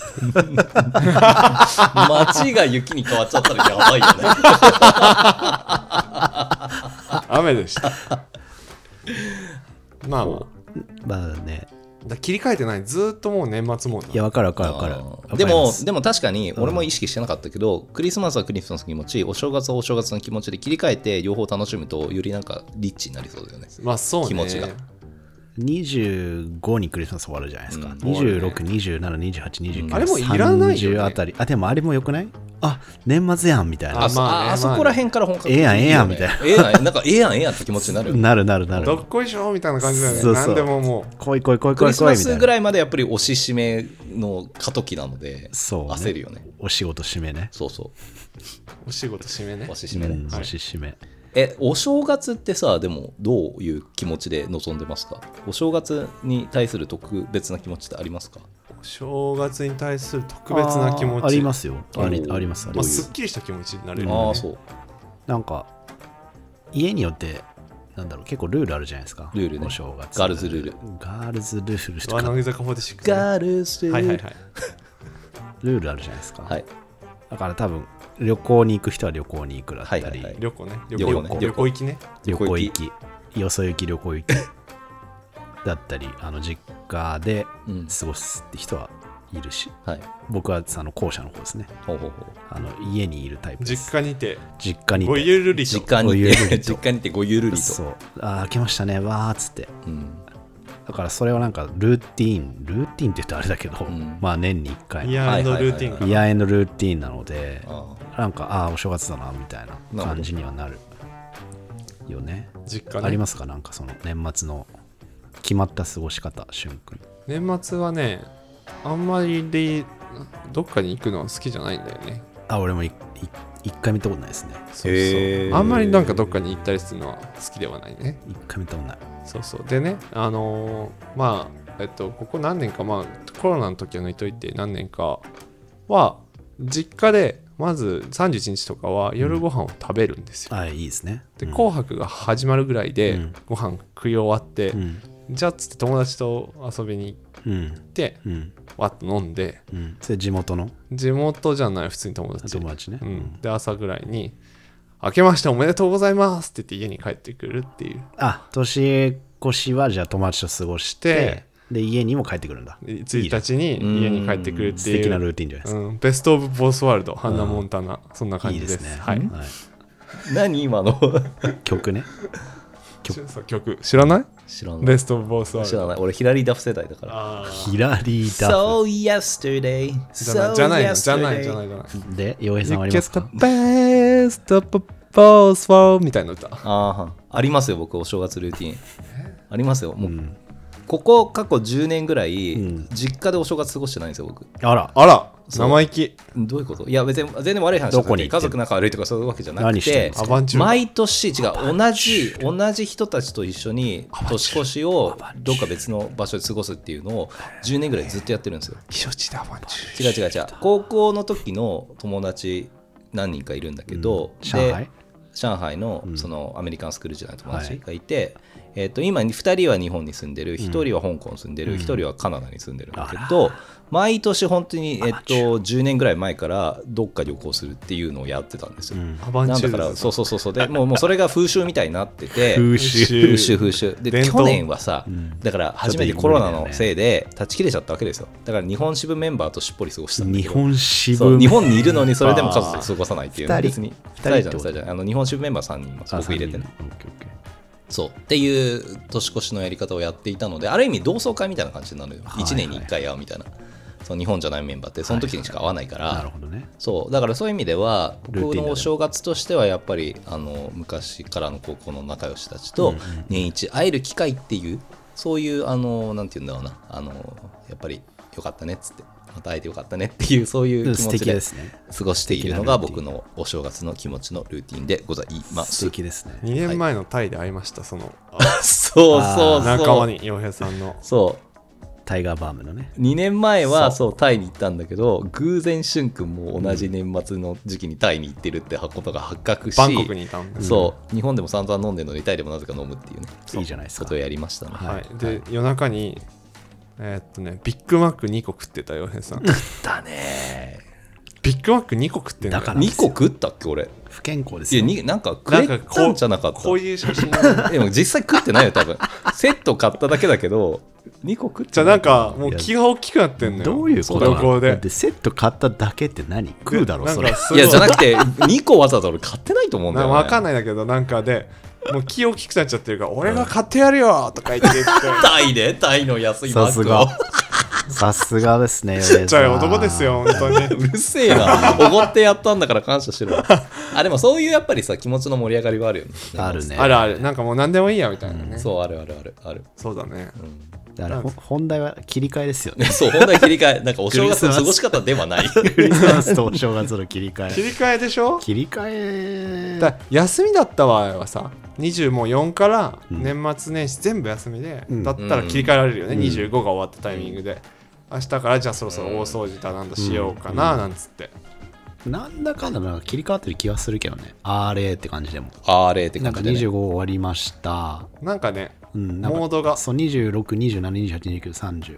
街が雪に変わっちゃったらやばいよね雨でしたまあね、 切り替えてない。ずっともう年末モード。 いやわかるでも確かに俺も意識してなかったけど、クリスマスはクリスマスの気持ち、お正月はお正月の気持ちで切り替えて両方楽しむとよりなんかリッチになりそうだよね。 まあそうね、 気持ちが 25にクリスマス終わるじゃないですか、26、27、28、29、 あれもいらないよね、 30あたり。でもあれもよくない？あ、年末やんみたいな。 あそこら辺から本格的にええやんみたいな。なんかええやんって気持ちになるよね。 なる。 どっこいしょみたいな感じだよね。 そう何でももう来いみたいな。 クリスマスぐらいまでやっぱりおし締めの過渡期なので、 そうね、 焦るよね。 お仕事締めね。 そう。 お仕事締めね。 おし締めね。 おし締め。 お正月ってさ、でもどういう気持ちで臨んでますか？お正月に対する特別な気持ちってありますか？ お正月に対する特別な気持ちありますよ。あります。 すっきりした気持ちになれる、 ね。そう。 なんか家によってなんだろう、結構ルールあるじゃないですか。 ルールね。 お正月。 ガールズルールとか。乃木坂46、ね。 ガールズルール。 はい。 ルールあるじゃないですか。 はい。 だから多分旅行に行く人は旅行に行くだったり、 旅行ね。 旅行行きね。 旅行行き。よそ行き旅行行きだったり、実家で過ごすって人はいるし、僕は後者の方ですね。家にいるタイプです。 実家にてごゆるりと。 実家にてごゆるりと。 そう。明けましたねわーっつって。だからそれはなんかルーティーンって言ってあれだけど、まあ年に1回イヤーエンドルーティーン、 イヤーエンドルーティーンなので、なんかお正月だなみたいな感じにはなるよね。 実家ね。 ありますか？なんかその年末の決まった過ごし方、俊君。 年末はね、あんまりでどっかに行くのは好きじゃないんだよね。 俺も一回見たことないですね。 そうあんまりなんかどっかに行ったりするのは好きではないね。 一回見たことない。 そうでね、まあここ何年か、まあコロナの時は抜いといて何年かは実家でまず31日とかは夜ご飯を食べるんですよ。 いいですね。 で、紅白が始まるぐらいでご飯食い終わって、じゃあっつって友達と遊びに行って、わっと飲んで、 それ地元じゃない、普通に友達ね。 で朝ぐらいに明けましておめでとうございますって言って家に帰ってくるっていう。 年越しはじゃあ友達と過ごしてで家にも帰ってくるんだ。 1日に家に帰ってくるっていう素敵なルーティンじゃないですか。 ベストオブボースワールド、ハンナ・モンタナ、そんな感じです。 いいですね。 はい。 何今の曲ね。 曲知らない？ 知らない。 ベストオブボースワールド。 知らない。俺ヒラリーダフ世代だから。 ヒラリーダフ。 So yesterday. じゃない。で、 洋平さんはありますか？ Best of ポースフォーみたいな歌。 ありますよ、僕お正月ルーティンありますよ。もう、ここ過去10年ぐらい、実家でお正月過ごしてないんですよ僕。 あら生意気。 どういうこと？いや別に全然悪い話じゃなくて、家族仲悪いとかそういうわけじゃなくて、毎年同じ人たちと一緒に年越しをどっか別の場所で過ごすっていうのを10年ぐらいずっとやってるんですよ。 避暑地でアバンチュール。 違う高校の時の友達何人かいるんだけど、上海のそのアメリカンスクール時代の友達がいて、今2人は日本に住んでる、1人は香港に住んでる、1人はカナダに住んでるんだけど、毎年本当に、10年ぐらい前からどっか旅行するっていうのをやってたんですよ。なんだからそうでもうそれが風習みたいになってて、風習で去年はさ、だから初めてコロナのせいで断ち切れちゃったわけですよ。だから日本支部メンバーとしっぽり過ごしたんだけど、日本にいるのにそれでも家族で過ごさないっていう、別に2人じゃん、日本支部メンバー3人います、僕入れてね。そうっていう年越しのやり方をやっていたので、ある意味同窓会みたいな感じになるよ、1年に1回会うみたいな。その日本じゃないメンバーってその時にしか会わないから、 なるほどね。 そうだからそういう意味では僕のお正月としてはやっぱり昔からの高校の仲良したちと年一会える機会っていう、そういうなんていうんだろうな、やっぱりよかったねっつって、また会えてよかったねっていう、そういう気持ちで過ごしているのが僕のお正月の気持ちのルーティンでございます。 素敵ですね。 2年前のタイで会いました、そのそう仲間に洋平さんのタイガーバームのね。 2年前はそうタイに行ったんだけど、偶然しゅんくんも同じ年末の時期にタイに行ってるってことが発覚し、 バンコクにいたんで、 そう日本でも散々飲んでるのにタイでもなぜか飲むっていうね、 いいじゃないですか、 ことをやりましたね。 で夜中にビッグマック2個食ってた洋平さん。 食ったね。 ビッグマック2個食ってんだから。 2個食ったっけ俺。 不健康ですよ。 いやなんか食えたんじゃなかった。 こういう写真でも実際食ってないよ多分。セット買っただけだけど2個食って。 じゃあなんかもう気が大きくなってんのよ。 どういうことなの？でセット買っただけって何？食うだろそれ。 いやじゃなくて2個わざわざ俺買ってないと思うんだよね。 分かんないんだけど、なんかでもう気大きくなっちゃってるから、俺が買ってやるよとか言ってタイの安いバッグを。 さすがですね。 ちっちゃい男ですよ本当に。 うるせえな。おごってやったんだから感謝しろ。でもそういうやっぱりさ気持ちの盛り上がりはあるよね。 あるね。 ある。なんかもう何でもいいやみたいなね。 そうある。 そうだね。 だから本題は切り替えですよね。 そう本題切り替え。なんかお正月の過ごし方ではない。 クリスマスとお正月の切り替え。 切り替えでしょ。 切り替え。 休みだった場合はさ、24から年末年始全部休みで、だったら切り替えられるよね。25が終わったタイミングで。明日からじゃあそろそろ大掃除だなんだしようかななんつって、 なんだかんだなんか切り替わってる気がするけどね。あれって感じでも。 あれって感じで、ね、 なんか25終わりました。 なんかね、 なんかモードがそう26、27、28、29、30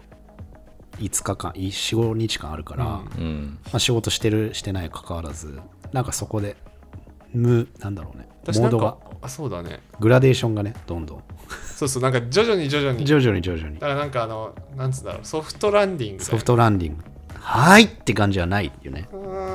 5日間4、5日間あるから、まあ、仕事してるしてないかかわらず、なんかそこでなんだろうね、モードがそうだね、 グラデーションがねどんどんそうなんか徐々にだからなんかなんつうんだろう、ソフトランディングはいって感じはないよね。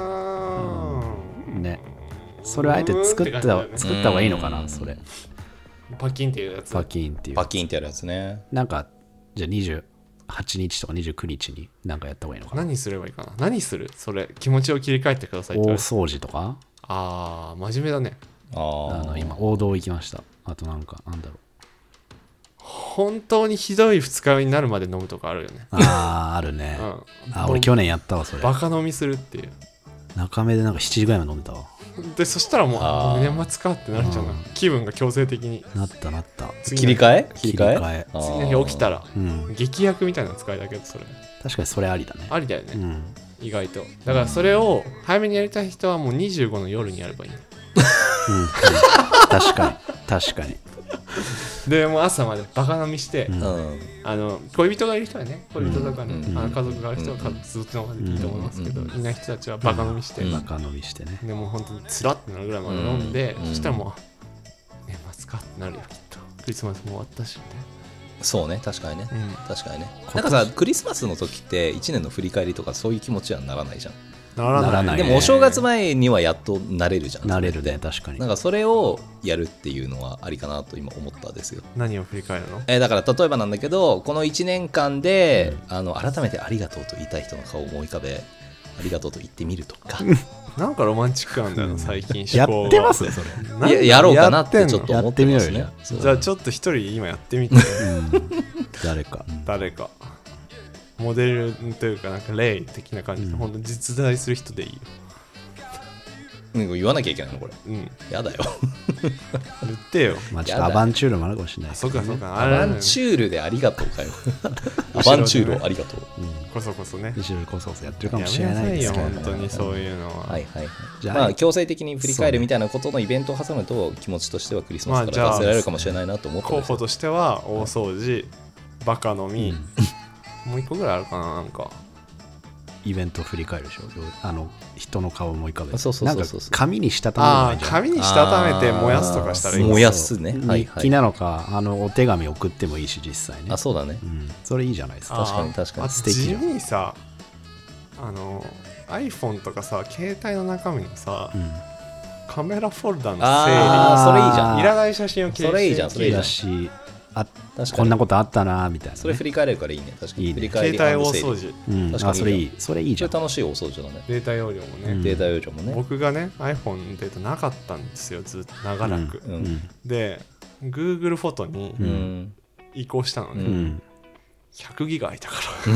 ね、それをあえて作った方がいいのかな。それパキンっていうやつ、 パキンってやるやつね。 なんかじゃあ28日とか29日になんかやった方がいいのかな。 何すればいいかな。何する？それ気持ちを切り替えてくださいって。 大掃除とか。 真面目だね。 今王道行きました。あとなんだろう、 本当にひどい二日酔いになるまで飲むとかあるよね。 あるね。俺去年やったわそれ。 バカ飲みするっていう。 中目でなんか7時ぐらいまで飲んでたわ。 でそしたらもう年末かってなるじゃない。気分が強制的になった。 切り替え次の日起きたら、劇薬みたいな使いだけど、それ確かにそれありだね。 ありだよね、意外と。だからそれを早めにやりたい人はもう25の夜にやればいい。 確かにでもう朝までバカ飲みして、恋人がいる人はね、恋人とかね、家族がある人はずっと飲んでいいと思いますけど、いない人たちはバカ飲みして、 ね。 でもう本当につらってなるぐらいまで飲んで、そしたらもう年末かってなるよきっと。クリスマスも終わったしみたいな。 そうね、確かにね、なんかさ、クリスマスの時って1年の振り返りとかそういう気持ちはならないじゃん。 ならない。 でもお正月前にはやっと慣れるじゃん。 慣れるね、確かに。 なんかそれをやるっていうのはありかなと今思ったんですよ。 何を振り返るの？ だから例えばなんだけど、この1年間で改めてありがとうと言いたい人の顔を思い浮かべ、 ありがとうと言ってみるとかなんかロマンチックなんだよな、最近やってますそれ。 やろうかなってちょっと思ってますね。 やってみようよ。 じゃあちょっと一人今やってみて、 誰かモデルというかなんか例的な感じで、本当実在する人でいいよ。 言わなきゃいけないのこれ。やだよ。 言ってよ。 まあちょっとアバンチュールもあるかもしれない。 そうかそうか。 アバンチュールでありがとうかよ。アバンチュールをありがとう。 こそこそね。 後ろこそこそやってるかもしれないですけど。本当にそういうのは。 はいはい。じゃあ強制的に振り返るみたいなことのイベントを挟むと気持ちとしてはクリスマスから出せられるかもしれないなと思って。 候補としては大掃除、バカ飲み、もう一個ぐらいあるかな、なんか。 イベント振り返るでしょ。人の顔を思い浮かべる。 そうなんか紙にしたためるのがいいじゃん。 紙にしたためて燃やすとかしたらいい。 燃やすね。 日記なのかお手紙送ってもいいし実際ね。 そうだね。 それいいじゃないですか。 確かに確かに。 素敵。地味にさ、iPhone とかさ、携帯の中身のさ、カメラフォルダの整理。 それいいじゃん。 いらない写真を消して。 それいいじゃん。それいいじゃん。 しこんなことあったなみたいな、 それ振り返れるからいいね。確かに。 振り返り携帯大掃除。 確かにそれいい。それいいじゃん。 それ楽しい大掃除だね。 データ容量もね。 データ容量もね。 僕がね iPhone のデータなかったんですよ、ずっと長らく。で Google フォトに移行したのね。100ギガ空いたから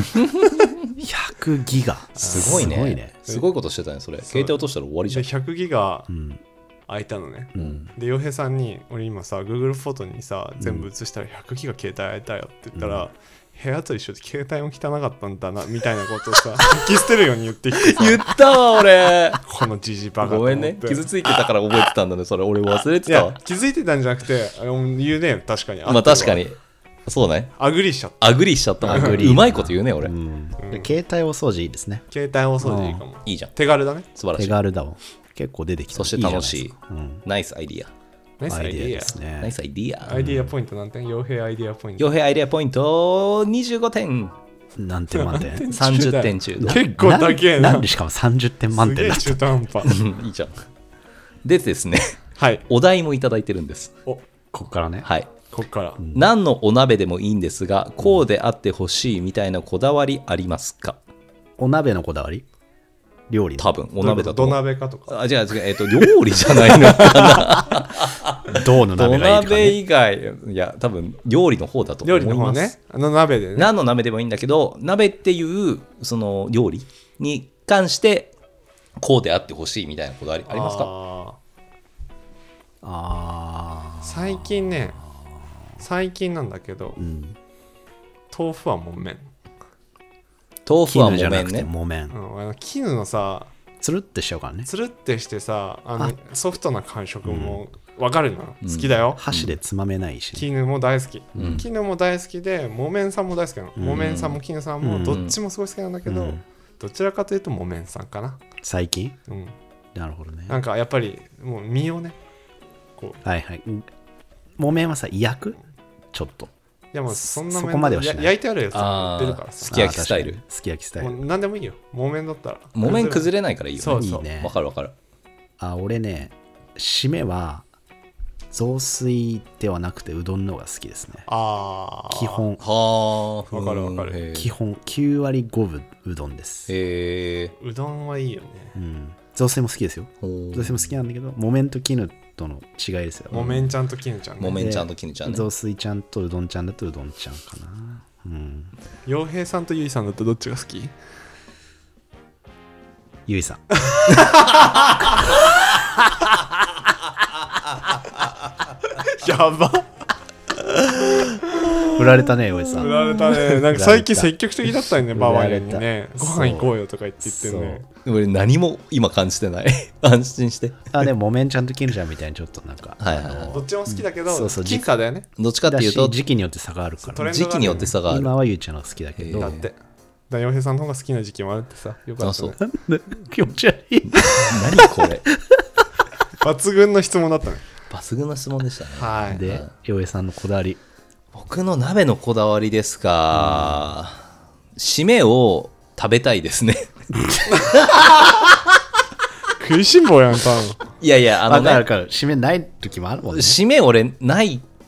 100ギガすごいね。すごいことしてたねそれ。携帯落としたら終わりじゃん。 100ギガ空いたのね。で洋平さんに俺今さ Google フォトにさ全部写したら100ギガ携帯空いたよって言ったら、部屋と一緒で携帯も汚かったんだなみたいなことをさ書き捨てるように言ってきてさ言ったわ俺このジジバカ。 ごめんね、傷ついてたから覚えてたんだねそれ。俺忘れてたわ。 いや気づいてたんじゃなくて言うね。確かに。 まあ確かにそうね。 アグリーしちゃった。 アグリーしちゃった。うまいこと言うね俺。 携帯お掃除いいですね。 携帯お掃除いいかも。 いいじゃん。 手軽だね。 素晴らしい。 手軽だわ。結構出てきた。 そして楽しい。ナイスアイディア。 ナイスアイディアですね。 ナイスアイディア。 アイディアポイント何点？傭兵アイディアポイント。 傭兵アイディアポイント25点。 何点満点 ？30点中。 結構高えな。 なんでしかも30点満点だった。 すげえ中途半端。 いいじゃん。でですね。 はい。 お題もいただいてるんです。 ここからね。 はい。 ここから。 何のお鍋でもいいんですが、こうであってほしいみたいなこだわりありますか？ お鍋のこだわり？料理多分お鍋だと。 土鍋かとか。 あ、違う料理じゃないのかな。 銅の鍋がいいとかね。 土鍋以外、いや多分料理の方だと思います。 料理の方ね。鍋でね。 何の鍋でもいいんだけど、鍋っていうその料理に関してこうであってほしいみたいなこだわりありますか？ 最近なんだけど、豆腐は木綿。 豆腐は木綿ね。 木綿。 絹のさ、 つるってしちゃうからね。 つるってしてさ、ソフトな感触も分かるの、好きだよ。 箸でつまめないし。 絹も大好き。絹も大好きで、木綿さんも大好きなの。木綿さんも絹さんもどっちもすごい好きなんだけど、どちらかというと木綿さんかな。 最近？なるほどね。 なんかやっぱりもう身をね、 はいはい。木綿はさ、焼く？ちょっと。 いやもうそんなそこまではしない。 焼いてあるやつ売ってるからさ。 すき焼きスタイル。 すき焼きスタイル。 もう何でもいいよ。木綿だったら。 木綿崩れないからいいよね。 そうそう。 わかるわかる。 俺ね、締めは雑炊ではなくてうどんの方が好きですね。基本。 わかるわかる。 基本9割5分うどんです。 うどんはいいよね。 雑炊も好きですよ。雑炊も好きなんだけど、木綿と絹との違いですよ。 木綿ちゃんと絹ちゃんね。 木綿ちゃんと絹ちゃんね。 雑炊ちゃんとうどんちゃんだとうどんちゃんかな。 洋平さんとゆいさんだとどっちが好き？ ゆいさん。 やば。 振られたね、おじさん。 振られたね。なんか最近積極的だったよね、ババヤにね。ご飯行こうよとか言ってね。 俺何も今感じてない。安心して。 でも木綿ちゃんと絹ちゃんみたいにちょっとなんか。 どっちも好きだけど、僅差だよね。 どっちかっていうと時期によって差があるから。 時期によって差がある。 今はゆいちゃんの好きだけど。 だって。洋平さんの方が好きな時期もあるってさ。よかったね。 気持ち悪い。 何これ。 抜群の質問だったね。 抜群の質問でしたね。 はい。 で、洋平さんのこだわり。 僕の鍋のこだわりですか。締めを食べたいですね。 食いしん坊やん、多分。 いやいや、 わかる。締めない時もあるもんね。 締め俺ない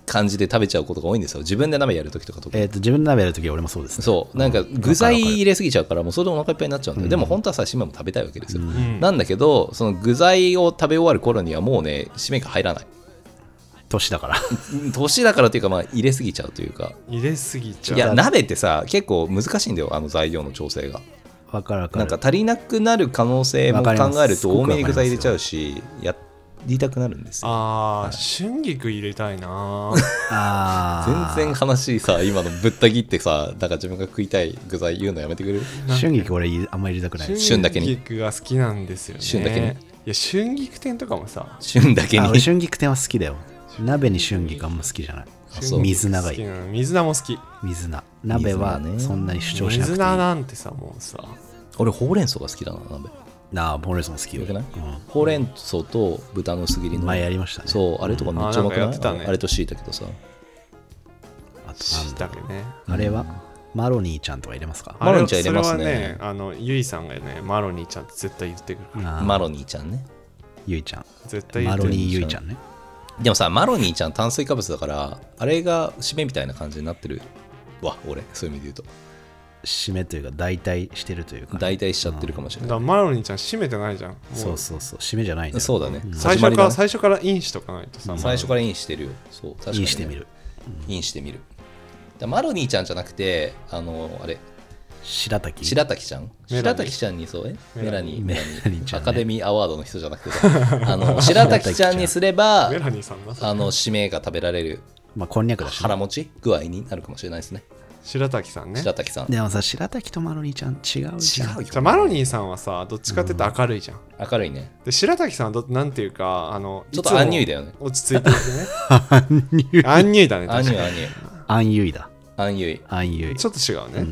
感じで食べちゃうことが多いんですよ。自分で鍋やるときとか自分で鍋やるときは俺もそうですね。 そうなんか具材入れすぎちゃうからもうそれでお腹いっぱいになっちゃうんだよ、でも本当はさ締めも食べたいわけですよ、なんだけどその具材を食べ終わる頃にはもうね締めが入らない。 年だから年だからというかまあ入れすぎちゃうというか。 入れすぎちゃう。 いや鍋ってさ結構難しいんだよ、材料の調整が。 わかるわかる。 なんか足りなくなる可能性も考えると多めに具材入れちゃうしやりたくなるんですよ。 春菊入れたいな全然話さ今のぶった切ってさだから自分が食いたい具材言うのやめてくれる。 春菊俺あんまり入れたくない。 旬だけに。 春菊が好きなんですよね。 旬だけに。いや春菊天とかもさ旬だけに。 俺春菊天は好きだよ。鍋に春菊あんま好きじゃない。水菜がいい。 水菜も好き。 水菜。鍋はそんなに主張しなくていい。 水菜なんてさもうさ。 俺ほうれん草が好きだな鍋。 ほうれん草も好きよ。 ほうれん草と豚の薄切りの前やりましたね。 そうあれとかめっちゃうまくない？あれと椎茸とさ。 あと椎茸ね。 あれはマロニーちゃんとか入れますか？ マロニーちゃん入れますね。 それはねゆいさんがねマロニーちゃんって絶対言ってくる。 マロニーちゃんね。 ゆいちゃん。 絶対言ってくる。 マロニーゆいちゃんね。 でもさマロニーちゃん炭水化物だからあれが締めみたいな感じになってるわ俺そういう意味で言うと。 締めというか代替してるというか代替しちゃってるかもしれない。 だからマロニーちゃん締めてないじゃん。 そう締めじゃないね。 そうだね、 最初からインしとかないとさ。 最初からインしてるよ。そう確かに、ね、 インしてみる、 インしてみる。マロニーちゃんじゃなくてあれ白滝ちゃん白滝ちゃんにそうメラニー、ね、アカデミーアワードの人じゃなくて白滝ちゃんにすればメラニーさん締めが食べられる、 こんにゃくだし、 腹持ち具合になるかもしれないですね。 白滝さんね。 白滝さんでもさ白滝とマロニーちゃん違うじゃん。 じゃマロニーさんはさどっちかっていうと明るいじゃん、 明るいね。 で白滝さんはなんていうかちょっとアンニュイだよね。 落ち着いてるねアンニュイだね。 アンユイだ。 アンユイちょっと違うね、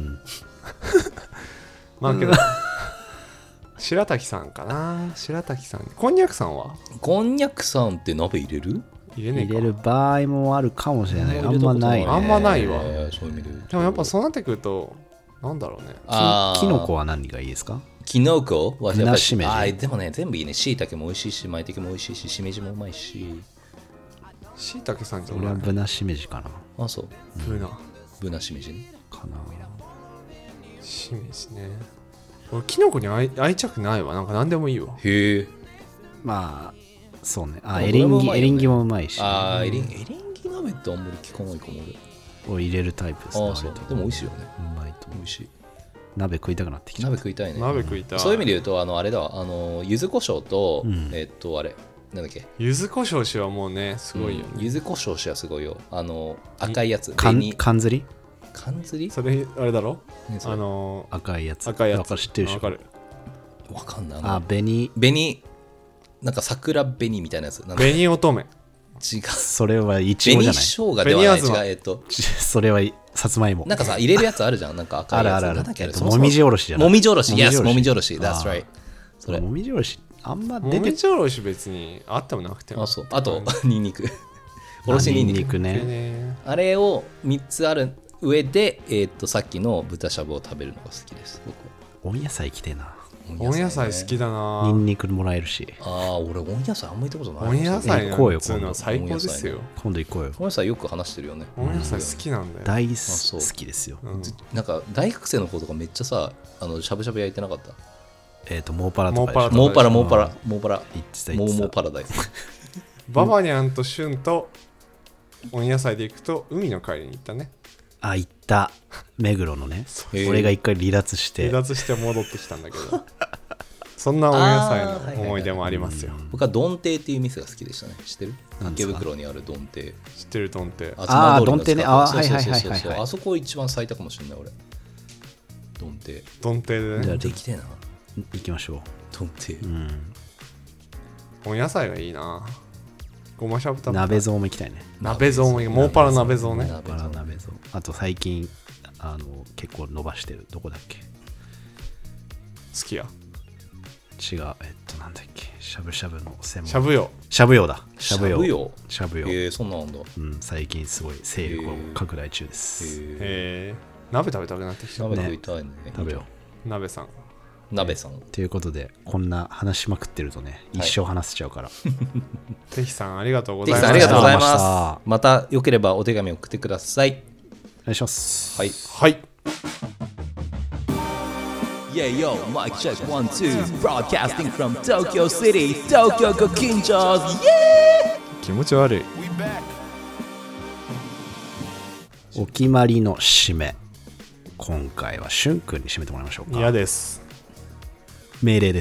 まあけど白滝さんかな。白滝さん。こんにゃくさんはこんにゃくさんって鍋入れる？ 入れる場合もあるかもしれない。あんまないね。 あんまないわ。 そういう意味でもやっぱそうなってくるとなんだろうね。 キノコは何がいいですか？ キノコはやっぱりでもね全部いいね。椎茸も美味しいし、舞茸も美味しいし、しめじもうまいし。 椎茸さんじゃない？ 俺はブナしめじかな。 あ、そう。ブナしめじね。 かな。 しめじね。俺キノコに愛着ないわ。なんか何でもいいわ。 へえ。 まあそうね。エリンギもうまいし。 エリンギ鍋ってあんまり聞かないかも俺。入れるタイプですね。 でも美味しいよね。 うまいと美味しい。 鍋食いたくなってきちゃう。 鍋食いたいね。 鍋食いたい。 そういう意味で言うとあれだわ。柚子胡椒とあれなんだっけ。 柚子胡椒しはもうねすごいよね。 柚子胡椒しはすごいよ。赤いやつ。 缶ずり？ 缶ずり？ それあれだろ？ 赤いやつ。 赤いやつ。 知ってるでしょ。 わかんない。 紅なんか桜紅みたいなやつ。 紅乙女。 違う。 それはイチゴじゃない。 紅生姜ではない。違う。 それはさつまいも。 なんかさ入れるやつあるじゃん。なんか赤いやつ。 ある。もみじおろしじゃない。 もみじおろし。Yes、もみじおろし。That's right。それ。 もみじおろしあんま出て。 もみじおろし別にあってもなくても。 あとニンニク。おろしニンニクね。 あれを3つある上でさっきの豚しゃぶを食べるのが好きです。 温野菜きてえな。 温野菜好きだな。 ニンニクもらえるし。 俺温野菜あんまり行ったことない。 温野菜なんていうのは最高ですよ。 今度行こうよ。 温野菜よく話してるよね。 温野菜好きなんだよ。 大好きですよ。 なんか大学生の子とかめっちゃさしゃぶしゃぶ焼いてなかった？ モーパラとか。 モーパラ。モーパラダイス。 ババニャンとシュンと温野菜で行くと海の帰りに行ったね。 行った目黒のね。俺が一回離脱して戻ってきたんだけどそんな温野菜の思い出もありますよ。 僕はドンテイっていう店が好きでしたね。知ってる？池袋にあるドンテイ。 知ってるドンテイ。 ドンテイね。はいあそこ一番咲いたかもしれない俺。ドンテイ。 ドンテイでね。 じゃあできてえな。 行きましょう。 ドンテイ。 温野菜がいいな。ごましゃぶ食べ。 鍋蔵も行きたいね。 鍋蔵もモーパラ鍋蔵ね。 あと最近結構伸ばしてる。どこだっけ？ すき家。 違う。なんだっけ？しゃぶしゃぶの専門。 しゃぶよ。 しゃぶよだ。 しゃぶよ。そんなんだ。 最近すごい勢力を拡大中です。 鍋食べたくなってきた。 鍋食いたいね。 食べよう。鍋さん。 鍋さんということでこんな話しまくってるとね、一生話せちゃうからテヒさんありがとうございました。 ありがとうございます。またよければお手紙送ってください。 お願いします。 はいはい。 Yeah, yo, mic check 1, 2 Broadcasting from Tokyo City, Tokyo ご近所 Yeah! 気持ち悪い。 お決まりの締め、今回はしゅんくんに締めてもらいましょうか。 嫌です。 命令です。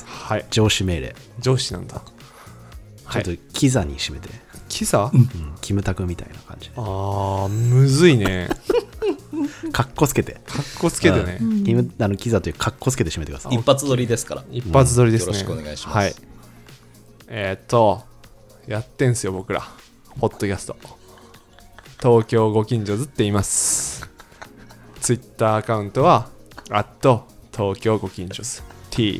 はい。 上司命令。 上司なんだ。 ちょっとキザに締めて。 キザ？ キムタクみたいな感じ。 むずいね。 かっこつけて。 かっこつけてね。 キザというかっこつけて締めてください。 一発撮りですから。 一発撮りですね。 よろしくお願いします。 はい。やってんすよ僕ら。ポッドキャスト。東京ご近所図って言います。ツイッターアカウントは東京ご近所図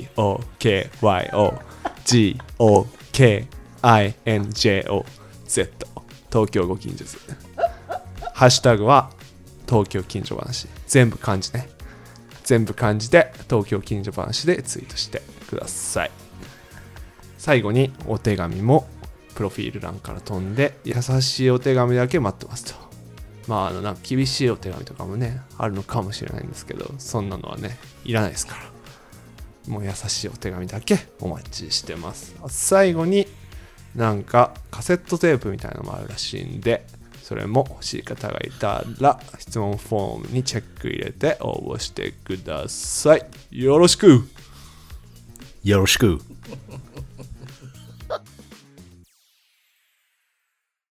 TOKYOGOKINJOZ 東京ご近所図。ハッシュタグは東京近所話。全部漢字ね。全部漢字で東京近所話でツイートしてください。最後にお手紙もプロフィール欄から飛んで、優しいお手紙だけ待ってますと。なんか厳しいお手紙とかもねあるのかもしれないんですけど、そんなのはねいらないですから、もう優しいお手紙だけお待ちしてます。最後になんかカセットテープみたいなのもあるらしいんで、それも欲しい方がいたら質問フォームにチェック入れて応募してください。よろしく。 よろしく。